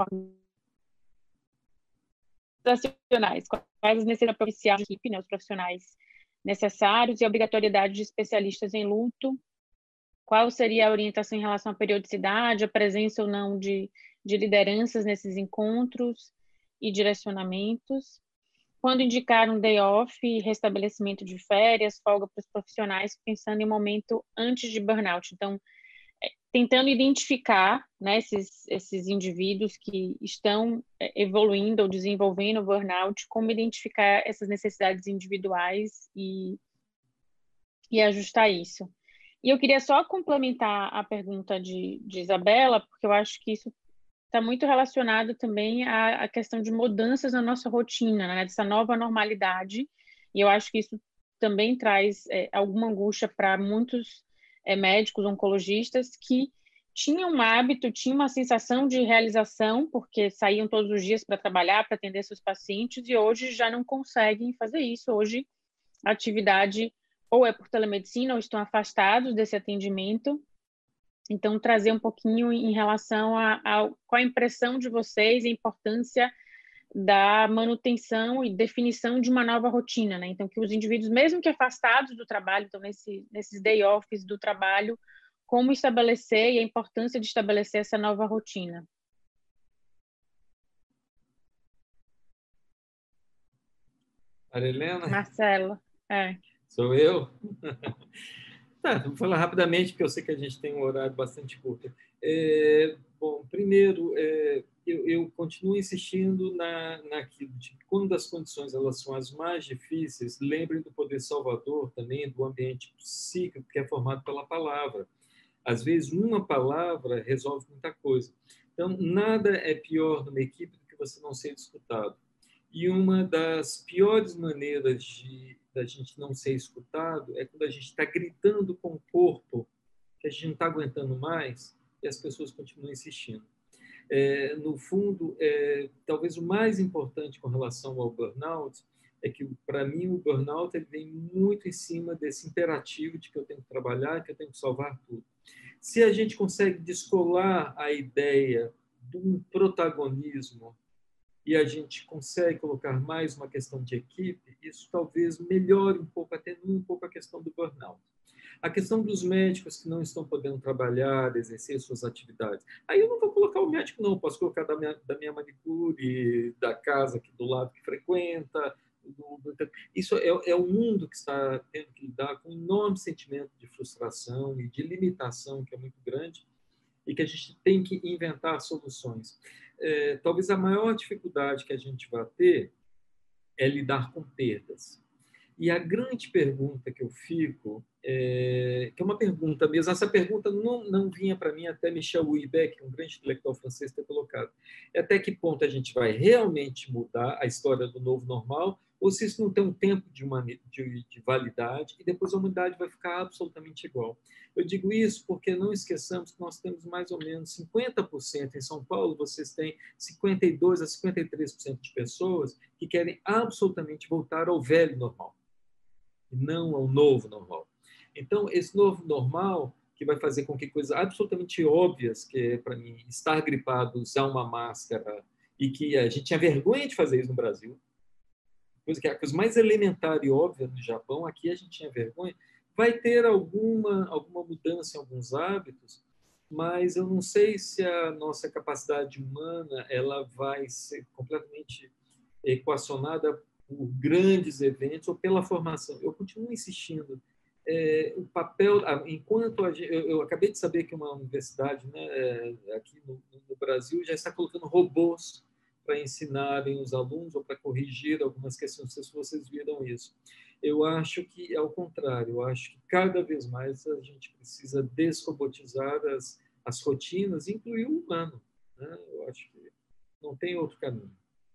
S6: organizacionais, quais as necessidades profissionais de equipe, né, os profissionais necessários e a obrigatoriedade de especialistas em luto, qual seria a orientação em relação à periodicidade, a presença ou não de, de lideranças nesses encontros e direcionamentos. Quando indicar um day off, restabelecimento de férias, folga para os profissionais, pensando em momento antes de burnout. Então, é, tentando identificar, né, esses, esses indivíduos que estão é, evoluindo ou desenvolvendo o burnout, como identificar essas necessidades individuais e, e ajustar isso. E eu queria só complementar a pergunta de, de Isabela, porque eu acho que isso está muito relacionado também à, à questão de mudanças na nossa rotina, né? Dessa nova normalidade, e eu acho que isso também traz é, alguma angústia para muitos é, médicos, oncologistas, que tinham um hábito, tinham uma sensação de realização, porque saíam todos os dias para trabalhar, para atender seus pacientes, e hoje já não conseguem fazer isso. Hoje, a atividade ou é por telemedicina, ou estão afastados desse atendimento. Então, trazer um pouquinho em relação a, a qual a impressão de vocês, a importância da manutenção e definição de uma nova rotina, né? Então, que os indivíduos, mesmo que afastados do trabalho, então nesse, nesses day offs do trabalho, como estabelecer e a importância de estabelecer essa nova rotina.
S3: Maria Helena?
S6: Marcelo, é.
S3: Sou eu? Tá, vou falar rapidamente, porque eu sei que a gente tem um horário bastante curto. É, bom, primeiro, é, eu, eu continuo insistindo na, naquilo de que, quando as condições elas são as mais difíceis, lembrem do poder salvador também, do ambiente psíquico que é formado pela palavra. Às vezes, uma palavra resolve muita coisa. Então, nada é pior numa equipe do que você não ser escutado. E uma das piores maneiras de da gente não ser escutado é quando a gente está gritando com o corpo que a gente não está aguentando mais e as pessoas continuam insistindo. É, no fundo, é, talvez o mais importante com relação ao burnout é que, para mim, o burnout ele vem muito em cima desse imperativo de que eu tenho que trabalhar, que eu tenho que salvar tudo. Se a gente consegue descolar a ideia de um protagonismo e a gente consegue colocar mais uma questão de equipe, isso talvez melhore um pouco, atenue um pouco a questão do burnout. A questão dos médicos que não estão podendo trabalhar, exercer suas atividades. Aí eu não vou colocar o médico, não. Posso colocar da minha, da minha manicure, da casa aqui do lado que frequenta. Do, do, isso é, é o mundo que está tendo que lidar com um enorme sentimento de frustração e de limitação, que é muito grande, e que a gente tem que inventar soluções. É, talvez a maior dificuldade que a gente vai ter é lidar com perdas. E a grande pergunta que eu fico, é, que é uma pergunta mesmo, essa pergunta não, não vinha para mim até Michel Houellebecq, um grande intelectual francês, ter colocado. É até que ponto a gente vai realmente mudar a história do novo normal, ou se isso não tem um tempo de, uma, de, de validade e depois a humanidade vai ficar absolutamente igual. Eu digo isso porque não esqueçamos que nós temos mais ou menos cinquenta por cento em São Paulo, vocês têm cinquenta e dois por cento a cinquenta e três por cento de pessoas que querem absolutamente voltar ao velho normal, e não ao novo normal. Então, esse novo normal, que vai fazer com que coisas absolutamente óbvias, que é, para mim, estar gripado, usar uma máscara, e que a gente tinha vergonha de fazer isso no Brasil, coisa que é a coisa mais elementar e óbvia no Japão, aqui a gente tinha vergonha, vai ter alguma, alguma mudança em alguns hábitos, mas eu não sei se a nossa capacidade humana ela vai ser completamente equacionada por grandes eventos ou pela formação. Eu continuo insistindo. É, o papel, enquanto a gente, eu, eu acabei de saber que uma universidade, né, aqui no, no Brasil já está colocando robôs para ensinarem os alunos ou para corrigir algumas questões, não sei se vocês viram isso. Eu acho que é o contrário, eu acho que cada vez mais a gente precisa desrobotizar as, as rotinas, incluir o humano, né? Eu acho que não tem outro caminho.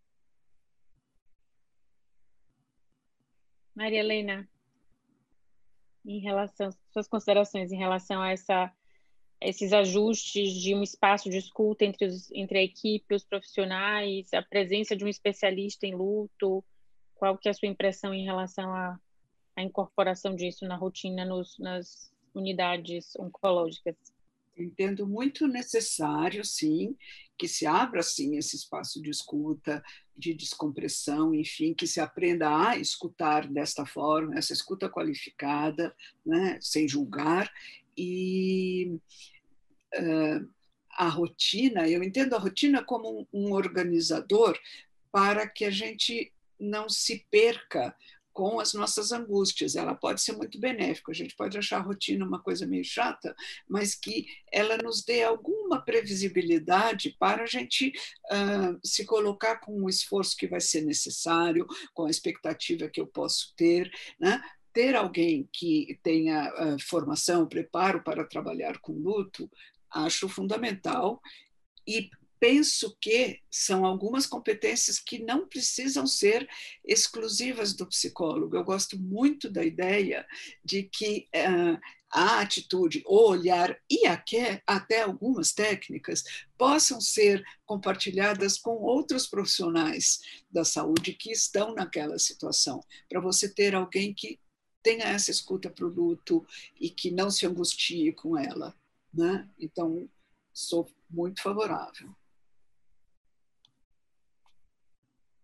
S6: Maria Helena, em relação às suas considerações em relação a essa, esses ajustes de um espaço de escuta entre, os, entre a equipe, os profissionais, a presença de um especialista em luto, qual que é a sua impressão em relação à, à incorporação disso na rotina nos, nas unidades oncológicas?
S4: Entendo muito necessário, sim, que se abra, sim, esse espaço de escuta, de descompressão, enfim, que se aprenda a escutar desta forma, essa escuta qualificada, né, sem julgar, e uh, a rotina, eu entendo a rotina como um, um organizador para que a gente não se perca com as nossas angústias. Ela pode ser muito benéfica, a gente pode achar a rotina uma coisa meio chata, mas que ela nos dê alguma previsibilidade para a gente uh, se colocar com o esforço que vai ser necessário, com a expectativa que eu posso ter, né? Ter alguém que tenha uh, formação, preparo para trabalhar com luto, acho fundamental, e penso que são algumas competências que não precisam ser exclusivas do psicólogo. Eu gosto muito da ideia de que uh, a atitude, o olhar e até, até algumas técnicas possam ser compartilhadas com outros profissionais da saúde que estão naquela situação, para você ter alguém que tenha essa escuta para o luto e que não se angustie com ela, né? Então, sou muito favorável.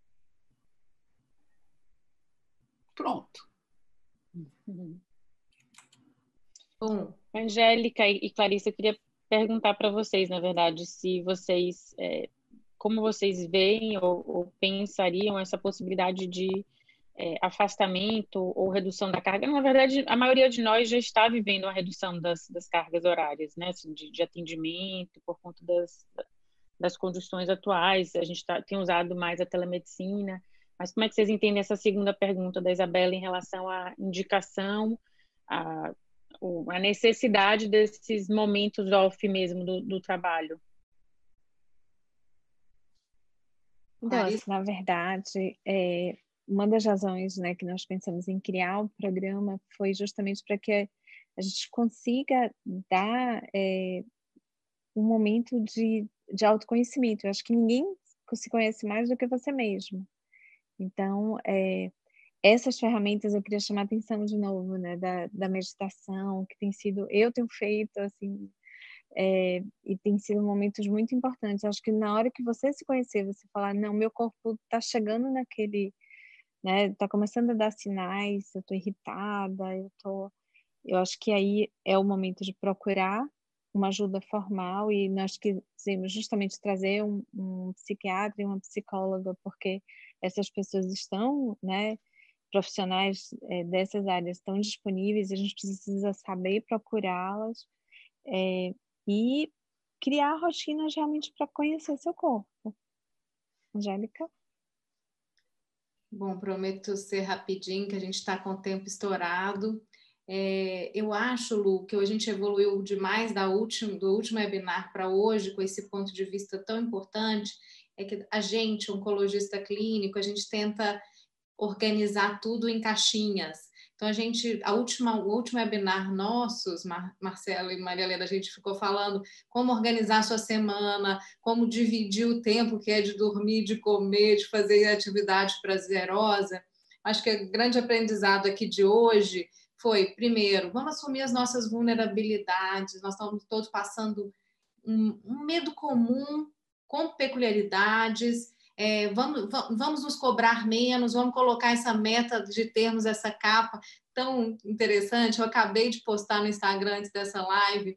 S4: Pronto.
S6: Uhum.
S5: Bom,
S6: Angélica e Clarissa, eu queria perguntar para vocês, na verdade, se vocês, é, como vocês veem ou, ou pensariam essa possibilidade de é, afastamento ou redução da carga. Na verdade, a maioria de nós já está vivendo uma redução das, das cargas horárias, né, assim, de, de atendimento por conta das, das condições atuais. A gente tá, tem usado mais a telemedicina. Mas como é que vocês entendem essa segunda pergunta da Isabela em relação à indicação, a a necessidade desses momentos off mesmo do, do trabalho?
S2: Então, assim, na verdade, é, uma das razões, né, que nós pensamos em criar o programa foi justamente para que a gente consiga dar é, um momento de, de autoconhecimento. Eu acho que ninguém se conhece mais do que você mesmo. Então, é, essas ferramentas eu queria chamar a atenção de novo, né, da, da meditação, que tem sido, eu tenho feito, assim, é, e tem sido momentos muito importantes. Acho que na hora que você se conhecer, você falar, não, meu corpo está chegando naquele, né, está começando a dar sinais, eu estou irritada, eu tô, eu acho que aí é o momento de procurar uma ajuda formal, e nós quisemos justamente trazer um, um psiquiatra e uma psicóloga, porque essas pessoas estão, né, profissionais é, dessas áreas estão disponíveis, a gente precisa saber procurá-las é, e criar rotinas realmente para conhecer seu corpo. Angélica?
S5: Bom, prometo ser rapidinho, que a gente está com o tempo estourado. É, eu acho, Lu, que a gente evoluiu demais da última, do último webinar para hoje, com esse ponto de vista tão importante, é que a gente, oncologista clínico, a gente tenta organizar tudo em caixinhas. Então, a gente, a última, o último webinar nossos, Mar, Marcelo e Maria Helena, a gente ficou falando como organizar a sua semana, como dividir o tempo que é de dormir, de comer, de fazer atividade prazerosa. Acho que o grande aprendizado aqui de hoje foi, primeiro, vamos assumir as nossas vulnerabilidades, nós estamos todos passando um, um medo comum, com peculiaridades, É, vamos, vamos nos cobrar menos, vamos colocar essa meta de termos essa capa tão interessante. Eu acabei de postar no Instagram antes dessa live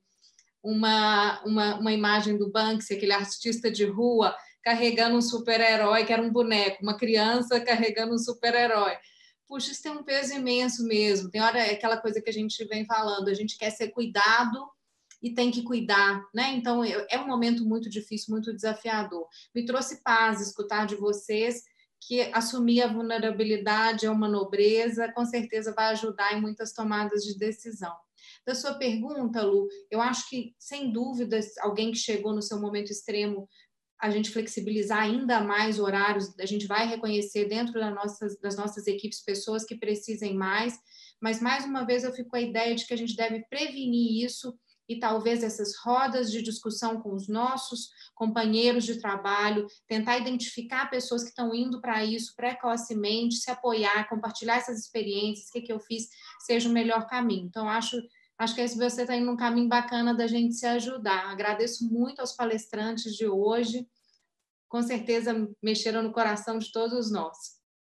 S5: uma, uma, uma imagem do Banksy, aquele artista de rua, carregando um super-herói, que era um boneco, uma criança carregando um super-herói. Puxa, isso tem um peso imenso mesmo. Tem hora, é aquela coisa que a gente vem falando, a gente quer ser cuidado e tem que cuidar, né? Então, é um momento muito difícil, muito desafiador. Me trouxe paz escutar de vocês que assumir a vulnerabilidade é uma nobreza, com certeza vai ajudar em muitas tomadas de decisão. Da sua pergunta, Lu, eu acho que, sem dúvida, alguém que chegou no seu momento extremo, a gente flexibilizar ainda mais horários, a gente vai reconhecer dentro das nossas, das nossas equipes pessoas que precisem mais, mas, mais uma vez, eu fico com a ideia de que a gente deve prevenir isso, e talvez essas rodas de discussão com os nossos companheiros de trabalho, tentar identificar pessoas que estão indo para isso precocemente, se apoiar, compartilhar essas experiências, o que, que eu fiz, seja o melhor caminho. Então, acho, acho que você está indo num caminho bacana da gente se ajudar. Agradeço muito aos palestrantes de hoje, com certeza mexeram no coração de todos nós.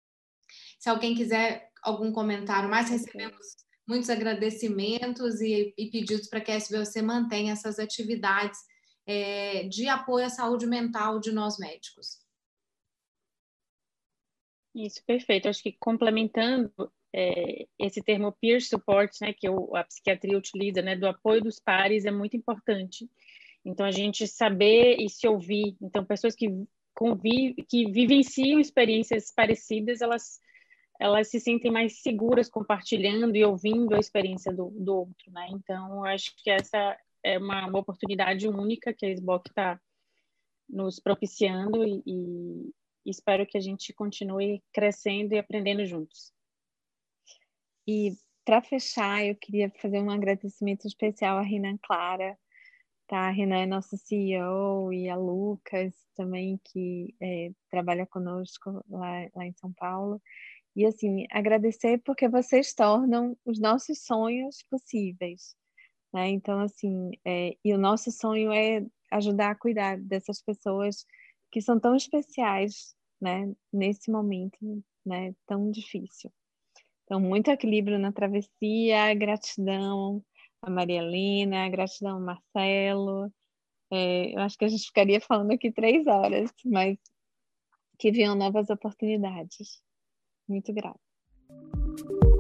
S5: Se alguém quiser algum comentário mais, recebemos muitos agradecimentos e, e pedidos para que a S B O C mantenha essas atividades é, de apoio à saúde mental de nós médicos.
S6: Isso, perfeito. Acho que complementando é, esse termo peer support, né, que o, a psiquiatria utiliza, né, do apoio dos pares, é muito importante. Então, a gente saber e se ouvir. Então, pessoas que convivem, que vivenciam experiências parecidas, elas elas se sentem mais seguras compartilhando e ouvindo a experiência do, do outro, né? Então, acho que essa é uma, uma oportunidade única que a S B O C está nos propiciando e, e espero que a gente continue crescendo e aprendendo juntos.
S2: E, para fechar, eu queria fazer um agradecimento especial à Renan Clara, tá? A Renan é nossa C E O, e a Lucas também, que é, trabalha conosco lá, lá em São Paulo. E, assim, agradecer porque vocês tornam os nossos sonhos possíveis, né? Então, assim, é, e o nosso sonho é ajudar a cuidar dessas pessoas que são tão especiais, né? Nesse momento, né? Tão difícil. Então, muito equilíbrio na travessia, gratidão a Maria Helena, gratidão ao Marcelo. É, eu acho que a gente ficaria falando aqui três horas, mas que venham novas oportunidades. Muito grata.